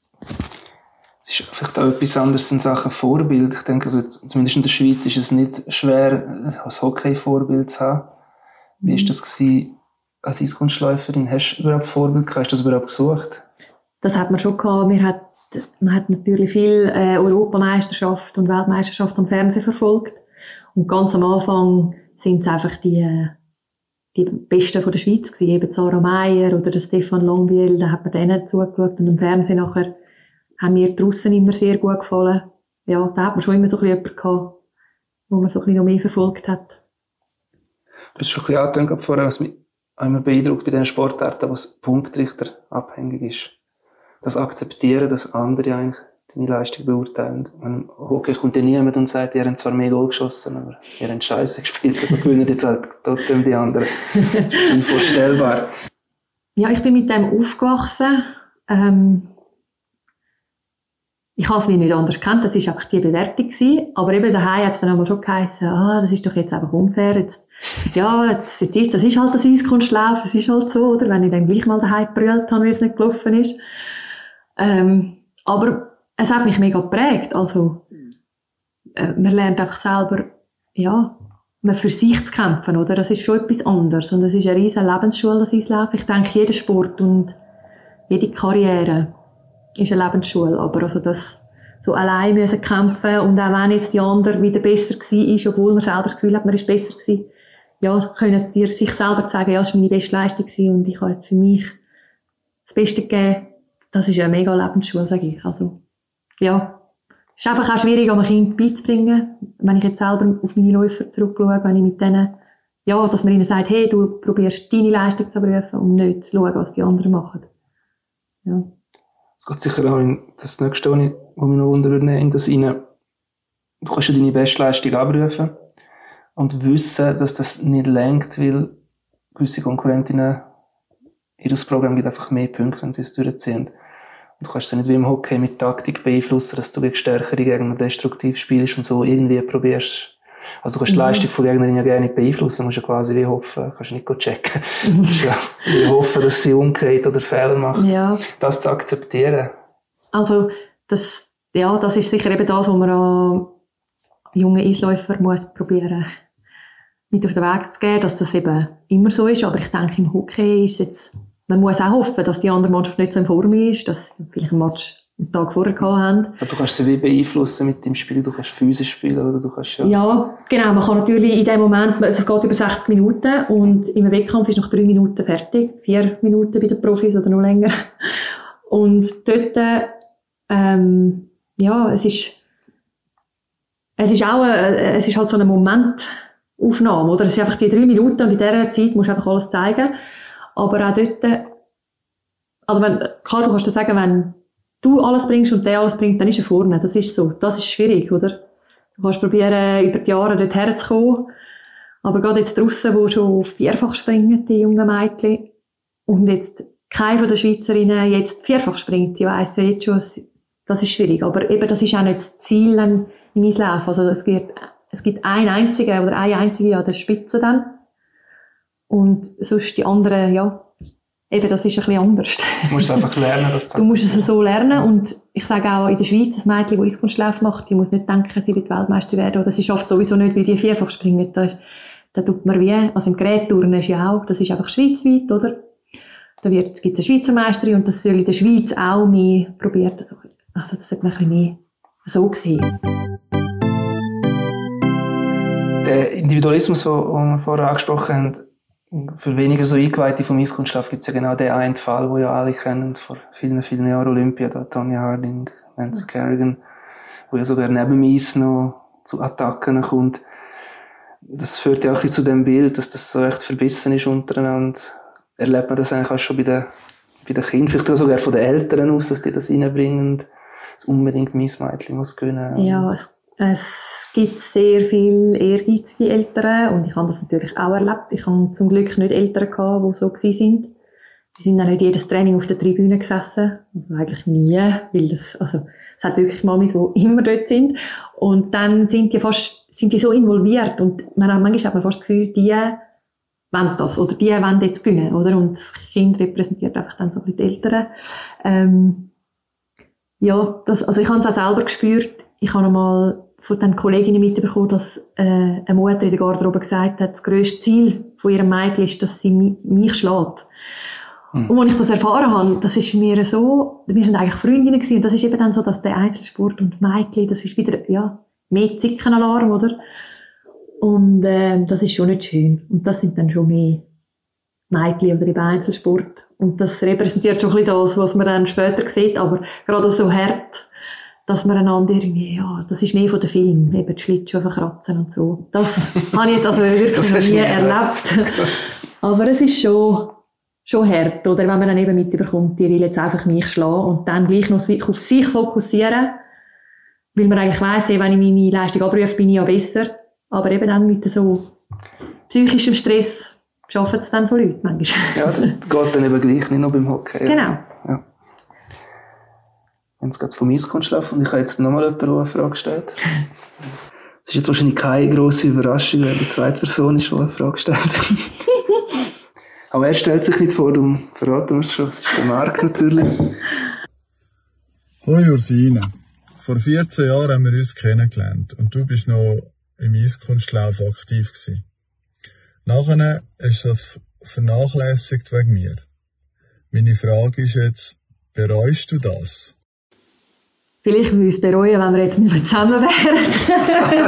Es ist vielleicht auch etwas anderes in Sachen Vorbild. Ich denke, also zumindest in der Schweiz ist es nicht schwer, als Hockey-Vorbild zu haben. Wie war das gewesen, als Eiskunstläuferin? Hast du überhaupt Vorbild gehabt? Hast du das überhaupt gesucht? Das hat man schon gehabt. Man hat, man hat natürlich viel äh, Europameisterschaft und Weltmeisterschaft am Fernsehen verfolgt. Und ganz am Anfang sind es einfach die, die Besten von der Schweiz gewesen. Eben Sarah Meier oder der Stefan Longbiel. Da hat man denen zugeschaut. Und am Fernsehen nachher haben mir draussen immer sehr gut gefallen. Ja, da hat man schon immer so ein bisschen jemanden gehabt, wo man so ein bisschen noch mehr verfolgt hat. Du hast schon ein bisschen angetönt vorher, was mich immer beeindruckt bei diesen Sportarten, wo es Punktrichter abhängig ist. Das Akzeptieren, dass andere eigentlich deine Leistung beurteilen. Wenn Hockey kommt ja niemand und sagt, ihr habt zwar mehr Goal geschossen, aber ihr habt Scheiße gespielt, also gewinnen jetzt halt trotzdem die anderen. Unvorstellbar. Ja, ich bin mit dem aufgewachsen. Ähm, Ich habe es wie nicht anders gekannt, das war einfach die Bewertung gewesen. Aber eben daheim hat es dann einmal schon geheißen, ah, das ist doch jetzt einfach unfair. Jetzt, ja, jetzt, jetzt ist, das ist halt das Eiskunstlauf, das ist halt so, oder? Wenn ich dann gleich mal daheim gebrüllt habe, weil es nicht gelaufen ist. Ähm, aber es hat mich mega geprägt. Also, äh, man lernt einfach selber, ja, für sich zu kämpfen, oder? Das ist schon etwas anderes. Und das ist eine riesen Lebensschule, das Eislaufen. Ich denke, jeder Sport und jede Karriere ist eine Lebensschule, aber also das so allein müssen kämpfen und auch wenn jetzt die andere wieder besser war, obwohl man selber das Gefühl hat, man ist besser gewesen, ja, können sie sich selber sagen, ja, das war meine beste Leistung und ich habe jetzt für mich das Beste gegeben. Das ist eine mega Lebensschule, sage ich. Also, ja. Es ist einfach auch schwierig, um ein Kind beizubringen, wenn ich jetzt selber auf meine Läufer zurückschaue, wenn ich mit denen, ja, dass man ihnen sagt, hey, du probierst deine Leistung zu prüfen und nicht zu schauen, was die anderen machen. Ja. Es geht sicher auch in das nächste, was mich noch wundern würde, in das rein. Du kannst ja deine Bestleistung abrufen. und wissen, dass das nicht reicht, weil gewisse Konkurrentinnen, ihr Programm gibt einfach mehr Punkte, wenn sie es durchziehen. Und du kannst es nicht wie im Hockey mit Taktik beeinflussen, dass du gegen stärkere Gegner destruktiv spielst und so irgendwie probierst. Also du kannst die Mhm. Leistung von Gegnerinnen ja gerne nicht beeinflussen, du musst ja quasi wie hoffen, kannst du nicht checken. Du musst ja wie hoffen, dass sie umgeht oder Fehler macht. Ja. Das zu akzeptieren. Also das, ja, das ist sicher eben das, was man an jungen Eisläufer muss probieren mit auf den Weg zu geben, dass das eben immer so ist. Aber ich denke, im Hockey ist jetzt, man muss auch hoffen, dass die andere Mannschaft nicht so in Form ist, dass sie vielleicht einen Match einen Tag vorher gehabt haben. Aber du kannst sie wie beeinflussen mit dem Spiel, du kannst physisch spielen, oder du kannst ja... Ja, genau. Man kann natürlich in dem Moment, es geht über sechzig Minuten und im Wettkampf ist nach drei Minuten fertig. Vier Minuten bei den Profis oder noch länger. Und dort, ähm, ja, es ist, es ist auch, eine, es ist halt so eine Momentaufnahme, oder? Es sind einfach die drei Minuten und in dieser Zeit musst du einfach alles zeigen. Aber auch dort, also wenn, klar, du kannst dir sagen, wenn du alles bringst und der alles bringt, dann ist er vorne. Das ist so. Das ist schwierig, oder? Du kannst probieren, über die Jahre dort herzukommen. Aber gerade jetzt draussen, wo schon vierfach springen, die jungen Mädchen, und jetzt keine von den Schweizerinnen jetzt vierfach springt, die weiss ja jetzt schon, das ist schwierig. Aber eben, das ist auch nicht das Ziel im Eislaufen. Also es gibt, es gibt einen einzigen oder eine einzige an der Spitze dann. Und sonst die anderen, ja, eben, das ist ein bisschen anders. Du musst es einfach lernen, dass Du musst es so lernen. Und ich sage auch in der Schweiz, ein Mädchen, das Eiskunstlauf macht, die muss nicht denken, sie wird Weltmeister werden. Oder sie schafft sowieso nicht, weil die vierfach springen. Da, ist, da tut man wie, also im Gerätturnen ist ja auch, das ist einfach schweizweit, oder? Da wird, es gibt eine Schweizer Meisterin und das soll in der Schweiz auch mehr probiert. Also, also das sollte man ein bisschen mehr so sehen. Der Individualismus, den wir vorher angesprochen haben, für weniger so Eingeweihte vom Eiskunstlauf gibt es ja genau den einen Fall, den ja alle kennen, vor vielen, vielen Jahren Olympia, da Tonya Harding, Nancy Kerrigan, wo ja sogar neben dem Eis noch zu Attacken kommt. Das führt ja auch ein bisschen zu dem Bild, dass das so recht verbissen ist untereinander. Erlebt man das eigentlich auch schon bei den, bei den Kindern, vielleicht sogar von den Eltern aus, dass die das reinbringen, dass unbedingt mein Mädchen muss gewinnen. Ja, es, es gibt sehr viele ehrgeizige Eltern und ich habe das natürlich auch erlebt. Ich habe zum Glück nicht Eltern gehabt, die so waren. Die sind dann nicht jedes Training auf der Tribüne gesessen. Also eigentlich nie, weil das, also, es hat wirklich Mamis, die immer dort sind. Und dann sind die fast, sind die so involviert und man hat, manchmal hat man fast das Gefühl, die wollen das oder die wollen jetzt gewinnen, oder? Und das Kind repräsentiert einfach dann so ein bisschen die Eltern. Ähm, ja, das, also ich habe es auch selber gespürt. Ich habe einmal von den Kolleginnen mitbekommen, dass äh, eine Mutter in der Garderobe gesagt hat, das grösste Ziel von ihrem Mädchen ist, dass sie mich schlägt. Mhm. Und als ich das erfahren habe, das ist mir so, wir sind eigentlich Freundinnen gewesen, und das ist eben dann so, dass der Einzelsport und Mädchen, das ist wieder, ja, mehr Zickenalarm, oder? Und äh, das ist schon nicht schön. Und das sind dann schon mehr Mädchen oder eben Einzelsport. Und das repräsentiert schon ein bisschen das, was man dann später sieht, aber gerade so hart, dass man einander irgendwie, ja, das ist mehr von den Filmen, eben die Schlittschuhe verkratzen und so. Das habe ich jetzt also wirklich noch nie erlebt. Aber es ist schon, schon hart, oder? Wenn man dann eben mitbekommt, die will jetzt einfach mich schlagen und dann gleich noch auf sich fokussieren, weil man eigentlich weiss, wenn ich meine Leistung abrufe, bin ich ja besser. Aber eben dann mit so psychischem Stress schaffen es dann so Leute manchmal. Ja, das geht dann eben gleich, nicht nur beim Hockey. Genau. Ja. Wenn es gerade vom Eiskunstlauf und ich habe jetzt nochmal jemanden, der eine Frage gestellt. Es ist jetzt wahrscheinlich keine grosse Überraschung, wenn die zweite Person ist, die eine Frage stellt. Aber er stellt sich nicht vor, darum verraten wir es schon. Es ist der Marc natürlich. Hoi Ursina. Vor vierzehn Jahren haben wir uns kennengelernt und du bist noch im Eiskunstlauf aktiv gewesen. Nachher ist das vernachlässigt wegen mir. Meine Frage ist jetzt, bereust du das? Vielleicht würde ich es bereuen, wenn wir jetzt nicht mehr zusammen wären.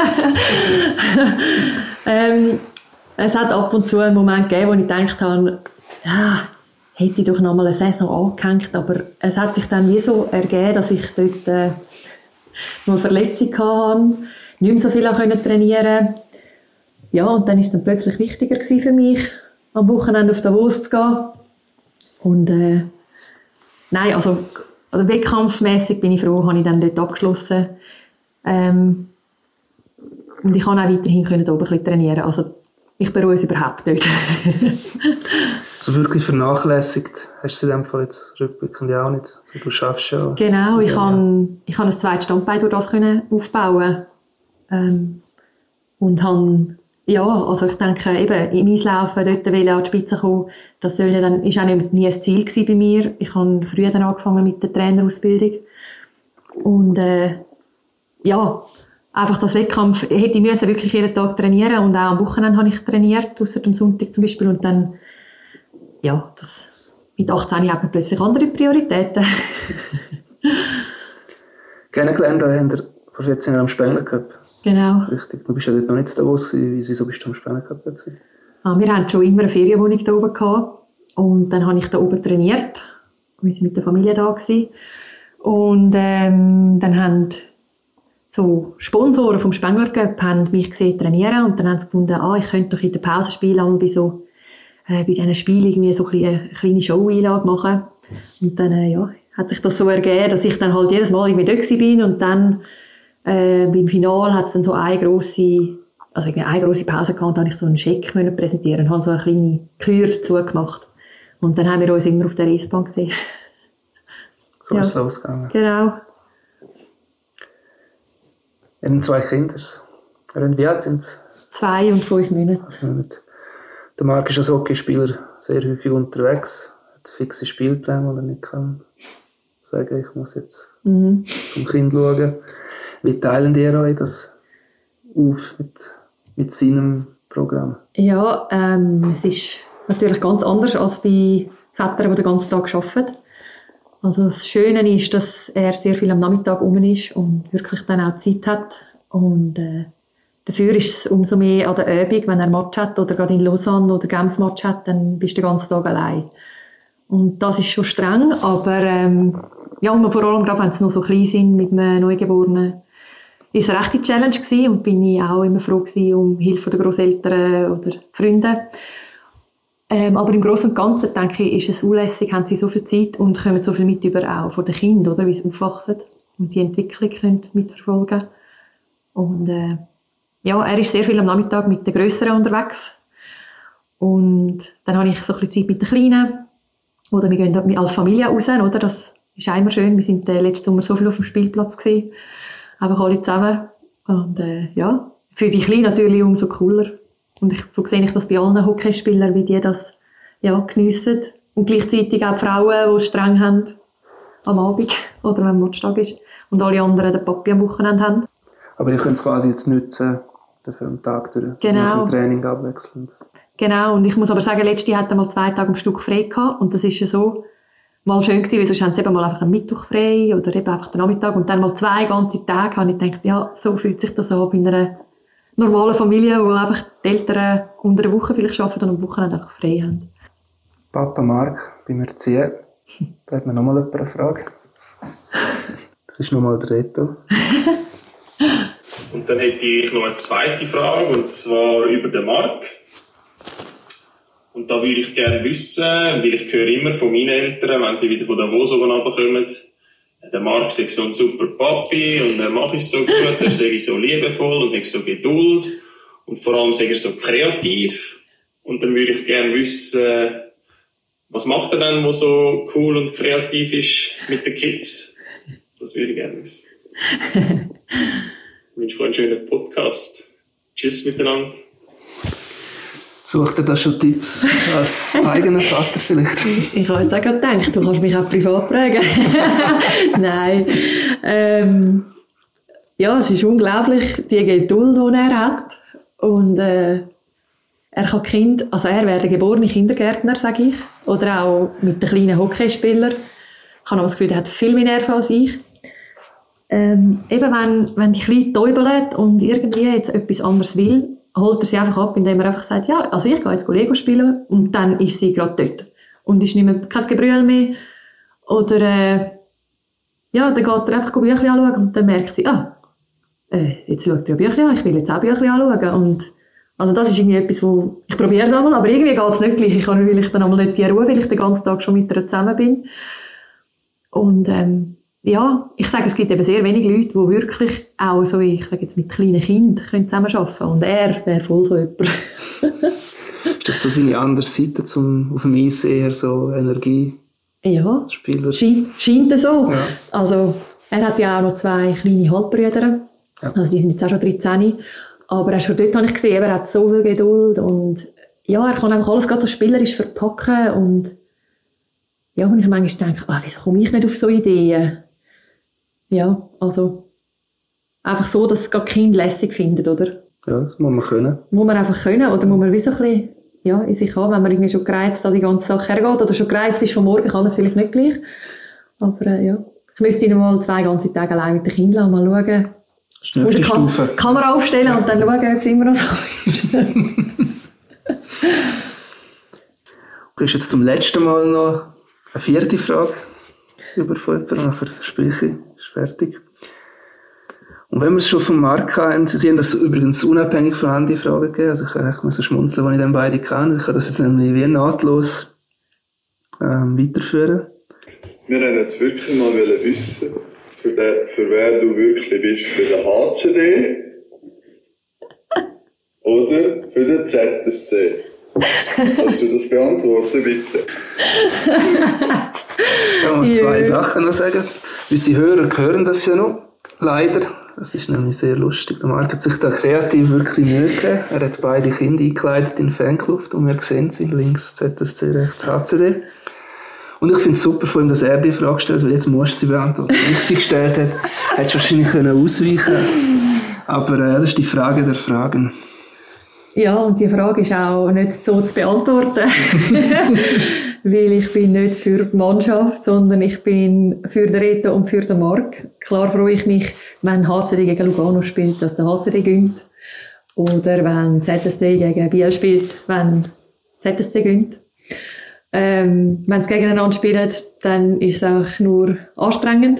ähm, es hat ab und zu einen Moment gegeben, wo ich gedacht habe, ja, hätte ich doch noch mal eine Saison angehängt, aber es hat sich dann wie so ergeben, dass ich dort äh, noch eine Verletzung hatte, nicht mehr so viel trainieren konnte. Ja, und dann ist es dann plötzlich wichtiger gewesen für mich, am Wochenende auf Davos zu gehen. Und äh, nein, also, also wettkampfmässig bin ich froh, habe ich dann dort abgeschlossen. Ähm, Und ich kann auch weiterhin können oben ein bisschen trainieren. Also ich bereue es überhaupt nicht. So wirklich vernachlässigt hast du in dem Fall jetzt rückblickend ja auch nicht. Du schaffst ja. Genau, ich ja, kann, ich kann ein zweites Standbein durch das können aufbauen. Ähm, und habe, ja, also ich denke, eben, im Eislaufen, dort will ich an die Spitze kommen, das soll ja dann, ist auch nicht, nie ein Ziel gewesen bei mir. Ich habe früher dann angefangen mit der Trainerausbildung. Und, äh, ja, einfach das Wettkampf, hätte ich müssen wirklich jeden Tag trainieren und auch am Wochenende habe ich trainiert, ausser dem Sonntag zum Beispiel. Und dann, ja, das, mit achtzehn hat man plötzlich andere Prioritäten. Kennengelernt haben wir vor vierzehn Jahren am Spengler Cup. Genau. Richtig. Du bist ja dort noch nicht in Davos. Wieso bist du am Spengler Cup gewesen? Ah, wir hatten schon immer eine Ferienwohnung hier oben gehabt. Und dann habe ich da oben trainiert. Wir waren mit der Familie da gewesen. Und ähm, dann haben so Sponsoren vom Spengler Cup haben mich gesehen trainieren und dann haben sie gefunden, ah, ich könnte doch in der Pause spielen, bei so äh, bei diesen Spielen irgendwie so ein bisschen eine kleine Show-Einlage machen. Und dann äh, ja, hat sich das so ergeben, dass ich dann halt jedes Mal irgendwie dort bin und dann äh, beim Finale hat es dann so eine grosse, also irgendwie eine grosse Pause gehabt und dann konnte ich so einen Scheck präsentieren und habe so eine kleine Kür dazu gemacht. Und dann haben wir uns immer auf der Reisbahn gesehen. So ja. ist es losgegangen. Genau. Wir haben zwei Kinder. Wie alt sind sie? Zwei und fünf Monate. Der Marc ist als Hockeyspieler sehr häufig unterwegs, hat fixe Spielpläne, die er nicht kann sagen, ich muss jetzt mhm. zum Kind schauen. Wie teilen die euch das auf mit, mit seinem Programm? Ja, ähm, es ist natürlich ganz anders als bei Vätern, die den ganzen Tag arbeiten. Also das Schöne ist, dass er sehr viel am Nachmittag rum ist und wirklich dann auch Zeit hat. Und äh, dafür ist es umso mehr an der Übung, wenn er Match hat oder gerade in Lausanne oder Genf Match hat, dann bist du den ganzen Tag allein. Und das ist schon streng, aber ähm, ja, und vor allem gerade, wenn sie noch so klein sind mit einem Neugeborenen, ist es eine rechte Challenge gewesen und bin ich auch immer froh gewesen um Hilfe der Grosseltern oder Freunde. Ähm, aber im Großen und Ganzen, denke ich, ist es unlässig, haben sie so viel Zeit und kommen so viel mit über auch von den Kindern, oder, wie sie aufwachsen und die Entwicklung können mitverfolgen. Und äh, ja, er ist sehr viel am Nachmittag mit den Grösseren unterwegs. Und dann habe ich so ein bisschen Zeit mit den Kleinen. Oder wir gehen als Familie raus, oder? Das ist auch immer schön. Wir sind äh, letzten Sommer so viel auf dem Spielplatz gewesen. Einfach alle zusammen. Und äh, ja, für die Kleinen natürlich umso cooler. Und ich, so sehe ich das bei allen Hockeyspielern, wie die das ja, geniessen. Und gleichzeitig auch die Frauen, die es streng haben am Abend oder wenn Matchtag ist. Und alle anderen den Papi am Wochenende haben. Aber ihr könnt es quasi jetzt nutzen, dafür am Tag durch. Genau. Im Training abwechselnd. Genau. Und ich muss aber sagen, letztes Jahr hatte mal zwei Tage am Stück frei gehabt. Und das ist ja so mal schön gewesen, weil sonst haben sie eben mal einfach einen Mittwoch frei oder eben einfach den Nachmittag. Und dann mal zwei ganze Tage habe ich gedacht, ja, so fühlt sich das an bei einer normale Familie, wo einfach die Eltern unter der Woche vielleicht arbeiten und am Wochenende einfach frei haben. Papa Marc, beim Erziehen, da hat mir nochmal jemand eine Frage. Das ist nochmal der Reto. Und dann hätte ich noch eine zweite Frage, und zwar über den Marc. Und da würde ich gerne wissen, weil ich höre immer von meinen Eltern, wenn sie wieder von Davos oben runterkommen, der Marc sei so ein super Papi und er macht es so gut, er sei so liebevoll und hat so Geduld und vor allem sei er so kreativ. Und dann würde ich gerne wissen, was macht er denn, was so cool und kreativ ist mit den Kids? Das würde ich gerne wissen. Ich wünsche euch einen schönen Podcast. Tschüss miteinander. Sucht ihr da schon Tipps als eigener Vater vielleicht? Ich habe jetzt auch gerade gedacht, du kannst mich auch privat fragen. Nein. Ähm, ja, es ist unglaublich, die Geduld, die er hat. Und äh, er kann Kind, also er wäre der geborene Kindergärtner, sage ich. Oder auch mit den kleinen Hockeyspielern. Ich habe aber das Gefühl, er hat viel mehr Nerven als ich. Ähm, eben wenn, wenn die Kleine täubelt und irgendwie jetzt etwas anderes will, holt er sie einfach ab, indem er einfach sagt, ja, also ich gehe jetzt Lego spielen und dann ist sie gerade dort. Und ist nicht mehr, kein Gebrüll mehr. Oder, äh, ja, dann geht er einfach Bücher anschauen und dann merkt sie, ah, äh, jetzt schaut er Bücher an, ich will jetzt auch Bücher anschauen. Und, also das ist irgendwie etwas, wo, ich probiere es einmal, aber irgendwie geht es nicht gleich. Ich habe natürlich dann einmal nicht die Ruhe, weil ich den ganzen Tag schon mit ihr zusammen bin. Und, ähm, ja, ich sage, es gibt eben sehr wenige Leute, die wirklich auch so, ich sage jetzt mit kleinen Kindern zusammenarbeiten können. Und er wäre voll so jemand. Ist das so seine andere Seite, zum auf dem Eis eher so Energie? Ja, Spieler? Scheint, scheint so. Ja. Also, er hat ja auch noch zwei kleine Halbbrüder. Ja. Also, die sind jetzt auch schon dreizehn. Aber schon dort habe ich gesehen, er hat so viel Geduld. Und ja, er kann einfach alles gerade so spielerisch verpacken. Und ja, und ich manchmal denke, ah, wieso komme ich nicht auf so Ideen? Ja, also einfach so, dass es gar Kind lässig findet, oder? Ja, das muss man können. Muss man einfach können, oder muss man wie so ein bisschen ja, in sich haben, wenn man irgendwie schon gereizt an die ganze Sache hergeht, oder schon gereizt ist von morgen, kann es vielleicht nicht gleich. Aber äh, ja, ich müsste ihn mal zwei ganze Tage allein mit den Kindern mal schauen. Das ist die nächste Stufe. Die Kamera aufstellen ja. Und dann schauen, ob es immer noch so ist. Du hast jetzt zum letzten Mal noch eine vierte Frage über von jemandem, nachher sprich ich, ist fertig. Und wenn wir es schon vom Marc haben, Sie haben das übrigens unabhängig von die Frage gegeben, also ich kann echt mal so schmunzeln, wenn ich dann beide kann. Ich kann das jetzt nämlich wie nahtlos ähm, weiterführen. Wir wollten jetzt wirklich mal wissen, für, den, für wer du wirklich bist, für den H C D oder für den Z S C. Kannst du das beantworten, bitte? Sollen wir zwei Sachen noch sagen? Unsere Hörer hören das ja noch, leider. Das ist nämlich sehr lustig. Der Marc hat sich da kreativ wirklich Mühe gegeben. Er hat beide Kinder eingekleidet in den Fanclub und wir sehen sie, links Z S C, rechts H C D. Und ich finde es super von ihm, dass er die Frage stellt, weil jetzt musst du sie beantworten. Wenn ich sie gestellt hätte, hättest du wahrscheinlich können ausweichen können. Aber äh, das ist die Frage der Fragen. Ja, und die Frage ist auch nicht so zu beantworten. Weil ich bin nicht für die Mannschaft, sondern ich bin für den Reto und für den Marc. Klar freue ich mich, wenn H C D gegen Lugano spielt, dass der H C D gewinnt. Oder wenn Z S C gegen Biel spielt, wenn Z S C gewinnt. Ähm, wenn sie gegeneinander spielen, dann ist es auch nur anstrengend.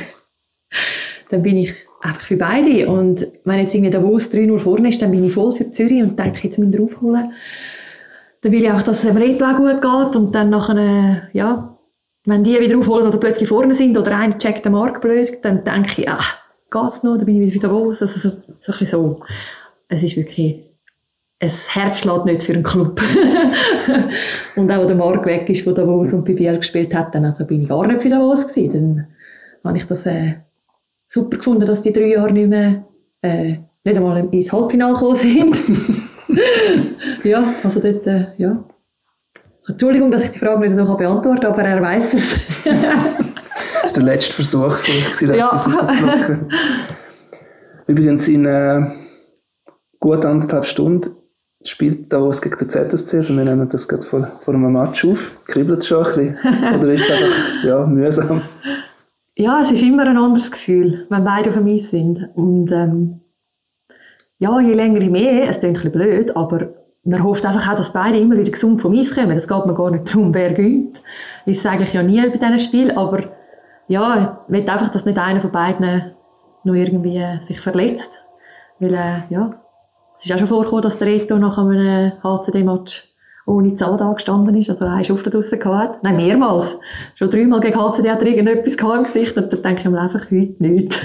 Dann bin ich einfach für beide. Und wenn jetzt irgendwie Davos drei null vorne ist, dann bin ich voll für Zürich und denke, jetzt müssen wir aufholen. Dann will ich auch, dass es dem Reto auch gut geht. Und dann nachher, ja, wenn die wieder aufholen oder plötzlich vorne sind oder einer checkt den Markt blöd, dann denke ich, ach, geht's noch? Dann bin ich wieder für Davos. Also so, so ein bisschen so. Es ist wirklich, ein Herz schlägt nicht für einen Club. Und auch, als der Marc weg ist, wo Davos und bei Biel gespielt hat, dann also bin ich gar nicht für Davos gewesen. Dann habe ich das äh, super gefunden, dass die drei Jahre nicht mehr, äh, nicht einmal ins Halbfinale gekommen sind. Ja, also dort, äh, ja. Entschuldigung, dass ich die Frage nicht so beantworten kann, aber er weiss es. Das war der letzte Versuch, von ja. etwas rauszudrücken. Übrigens, in äh, gut anderthalb Stunden spielt Davos gegen den Z S C, also wir nehmen das gerade vor, vor einem Match auf. Kribbelt es schon ein bisschen? Oder ist es einfach ja, mühsam? Ja, es ist immer ein anderes Gefühl, wenn beide auf dem Eis sind. Und ähm, ja, je länger, je mehr. Es klingt ein bisschen blöd, aber man hofft einfach auch, dass beide immer wieder gesund vom Eis kommen. Es geht mir gar nicht darum, wer gewinnt. Ist es eigentlich ja nie bei diesen Spielen, aber ja, ich will einfach, dass nicht einer von beiden noch irgendwie sich verletzt. Weil, äh, ja, es ist auch schon vorgekommen, dass der Reto nach einem H C D-Match ohne Zahn angestanden ist. Also er ist oft draussen gehabt. Nein, mehrmals. Schon dreimal gegen H C D hat er irgendetwas im Gesicht und da denke ich mir einfach heute nicht.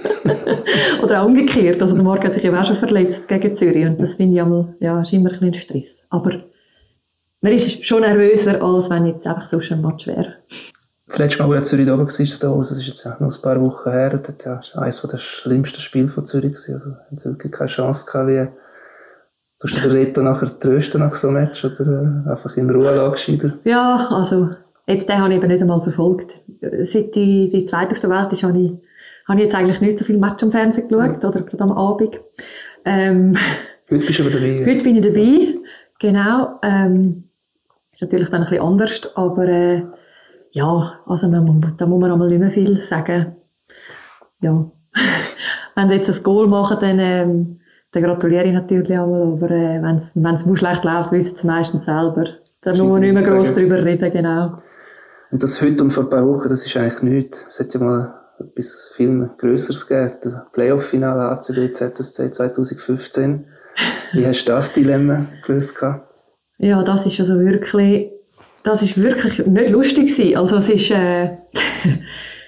Oder auch umgekehrt. Also der Marc hat sich ja auch schon verletzt gegen Zürich und das finde ich einmal, ja, ist immer ein bisschen Stress. Aber man ist schon nervöser, als wenn jetzt einfach so ein Match wäre. Das letzte Mal, wo Zürich da oben war, das ist jetzt auch noch ein paar Wochen her, das war eines der schlimmsten Spiele von Zürich. Also haben sie wirklich keine Chance gehabt, wie tust du den Reto nachher trösten nach so einem Match oder äh, einfach in Ruhe lassen? Ja, also jetzt den habe ich eben nicht einmal verfolgt. Seit die, die zweite auf der Welt ist, habe ich, habe ich jetzt eigentlich nicht so viel Match am Fernsehen geschaut, ja. Oder gerade am Abend. Ähm, heute bist du aber dabei. Heute bin ich dabei, genau. Ähm, ist natürlich dann ein bisschen anders, aber äh, ja, also man, da muss man einmal nicht mehr viel sagen. Ja, wenn sie jetzt ein Goal machen, dann ähm, dann gratuliere ich natürlich einmal, aber äh, wenn es mal schlecht läuft, wissen sie es meistens selber. Da muss man nicht mehr gross drüber reden, genau. Und das heute und vor ein paar Wochen, das ist eigentlich nichts. Es hätte ja mal etwas viel Grösseres gegeben. Das Playoff-Finale A C D Z S C zwanzig fünfzehn. Wie hast du das Dilemma gelöst? Ja, das ist also wirklich, das ist wirklich nicht lustig gewesen. Also es ist, äh,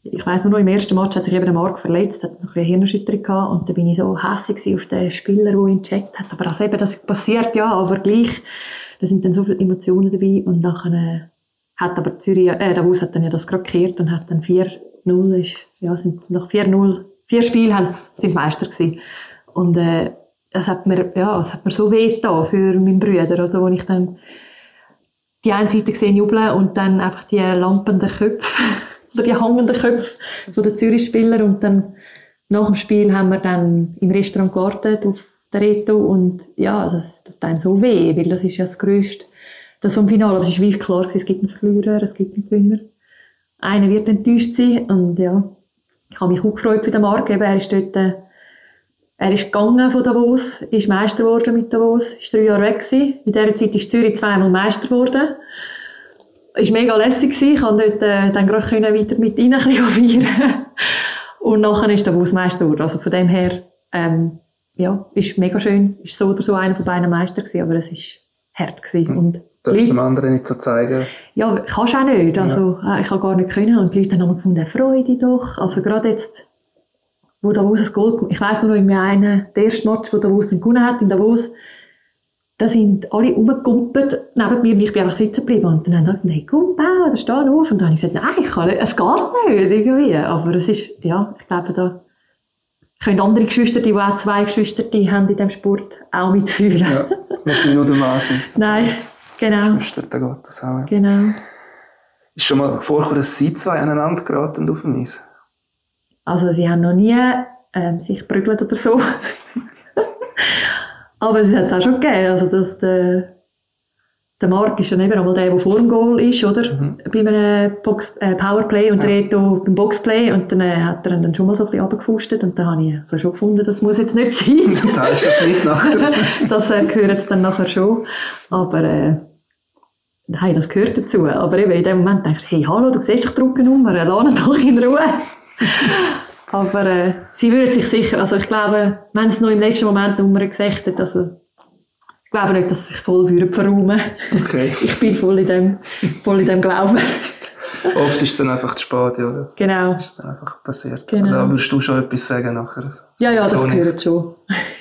ich weiss nur noch, im ersten Match hat sich eben der Marc verletzt, hat noch eine Hirnerschütterung gehabt und da bin ich so hässig auf den Spieler, der ihn gecheckt hat. Aber also eben, das passiert ja, aber gleich, da sind dann so viele Emotionen dabei und nachher hat aber Zürich, äh, Davos hat dann ja das gerade gekehrt und hat dann vier null, ist, ja, sind nach vier null, vier Spiele haben sie, sind Meister gewesen. Und, äh, es hat mir, ja, es hat mir so weh getan für meinen Bruder, also, wo ich dann die eine Seite gesehen jubeln und dann einfach die lampenden Köpfe, oder die hangenden Köpfe von den Zürich-Spieler und dann nach dem Spiel haben wir dann im Restaurant gewartet auf den Reto und ja, das tut einem so weh, weil das ist ja das Größte. Das im Finale, das ist wie klar gewesen, es gibt einen Verlierer, es gibt einen Gewinner. Einer wird enttäuscht sein und ja, ich habe mich auch gefreut für den Marc, eben, er ist dort, äh, er ist gegangen von Davos, ist Meister geworden mit Davos, ist drei Jahre weg gewesen. In dieser Zeit ist Zürich zweimal Meister geworden. Ist mega lässig gewesen, ich konnte dort äh, dann gerade weiter mit rein feiern. Und nachher ist Davos Meister geworden, also von dem her, ähm, ja, ist mega schön, ist so oder so einer von beiden Meister gewesen, aber es ist hart gewesen. Mhm. Und darfst du dem anderen nicht so zeigen? Ja, kannst du auch nicht. Also, ja. Ich habe gar nicht können. Und die Leute haben gefunden, Freude doch. Also, gerade jetzt, wo Davos ein Goal, ich weiss nur noch, in einem, der erste Match, wo Davos dann gewonnen hat, in Davos, da sind alle rumgekumpelt neben mir und ich bin einfach sitzen geblieben. Und dann haben sie gesagt, nein, komm, bau, da steh auf. Und dann habe ich gesagt, nein, ich kann nicht, es geht nicht, irgendwie. Aber es ist, ja, ich glaube, da können andere Geschwister, die auch zwei Geschwister, die haben in diesem Sport auch mitfühlen. Ja, muss nicht nur der Mann sein. Nein. Genau. Da geht das auch. Genau. Ist schon mal vorgekommen, dass Sie zwei aneinander geraten auf dem Eis? Also, sie haben noch nie ähm, sich geprügelt oder so. Aber es hat es auch schon gegeben. Also, dass der, der Marc ist dann eben einmal der, der vor dem Goal ist, oder? Mhm. Bei einem Box, äh, Powerplay und ja. Der Reto beim Boxplay. Und dann äh, hat er ihn dann schon mal so ein bisschen runtergefustet. Und dann habe ich also schon gefunden, das muss jetzt nicht sein. Da ist das nicht nachher. Das äh, gehört jetzt dann nachher schon. Aber, äh, hey, das gehört dazu. Aber eben in dem Moment denkst du, hey, hallo, du siehst dich drucken um, lass ihn doch in Ruhe. Aber äh, sie würden sich sicher, also ich glaube, wenn es noch im letzten Moment Nummer gesagt hat, also ich glaube nicht, dass sie sich voll würden verräumen. Okay. Ich bin voll in dem, voll in dem Glauben. Oft ist es dann einfach zu spät, oder? Genau. Ist dann einfach passiert. Genau. Da würdest du schon etwas sagen nachher. Ja, ja, so das nicht. gehört schon.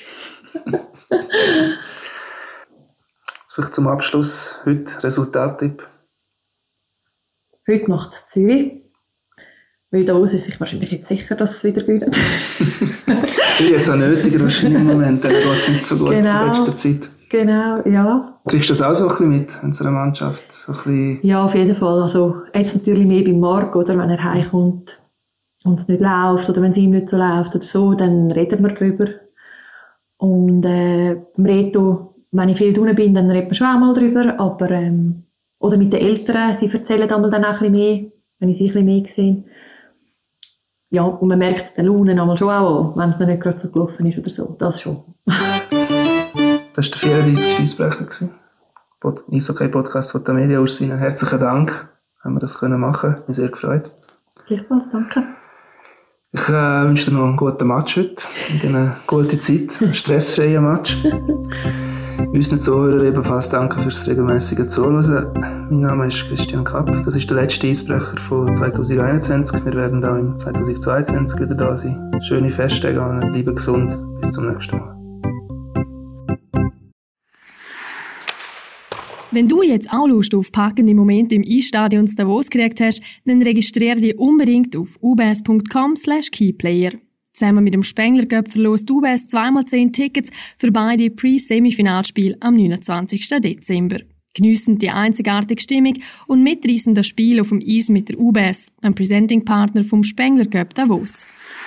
Jetzt vielleicht zum Abschluss heute Resultattipp. Heute macht es Zürich. Weil da ist sich wahrscheinlich jetzt sicher, dass es wieder gewinnt. Zürich hat es auch nötiger wahrscheinlich im Moment, dann geht es nicht so gut genau, in letzter Zeit. Genau, ja. Kriegst du das auch so ein bisschen mit in unserer Mannschaft? So ein bisschen ja, auf jeden Fall. Also jetzt natürlich mehr beim Marc, oder? Wenn er heimkommt und es nicht läuft oder wenn es ihm nicht so läuft oder so, dann reden wir darüber. Und äh, beim Reto, wenn ich viel drinnen bin, dann reden wir schon auch mal drüber. Aber, ähm, oder mit den Eltern, sie erzählen einmal dann auch ein bisschen mehr, wenn ich sie ein bisschen mehr sehe. Ja, und man merkt es den Launen einmal schon auch, wenn es noch nicht gerade so gelaufen ist oder so. Das schon. Das war der vierunddreißigste Eisbrecher. Eishockey-Podcast von der Media Ursina. Herzlichen Dank, haben wir das können machen. Ich bin sehr gefreut. Gleichfalls, danke. Ich äh, wünsche dir noch einen guten Match heute. Und eine gute Zeit. Einen stressfreien Match. Unseren Zuhörern ebenfalls danke fürs regelmäßige Zuhören. Mein Name ist Christian Kapp. Das ist der letzte Eisbrecher von zwanzig einundzwanzig. Wir werden auch im zwanzig zweiundzwanzig wieder da sein. Schöne Festtage und bleiben gesund. Bis zum nächsten Mal. Wenn du jetzt auch Lust auf packende Momente im Eisstadion zu Davos gekriegt hast, dann registriere dich unbedingt auf u b s punkt com slash keyplayer. Zusammen mit dem Spengler Cup verlost U B S zweimal zehn Tickets für beide Pre-Semifinalspiele am neunundzwanzigsten Dezember. Geniessen die einzigartige Stimmung und mitreissen das Spiel auf dem Eis mit der U B S, einem Presenting Partner vom Spengler Cup Davos.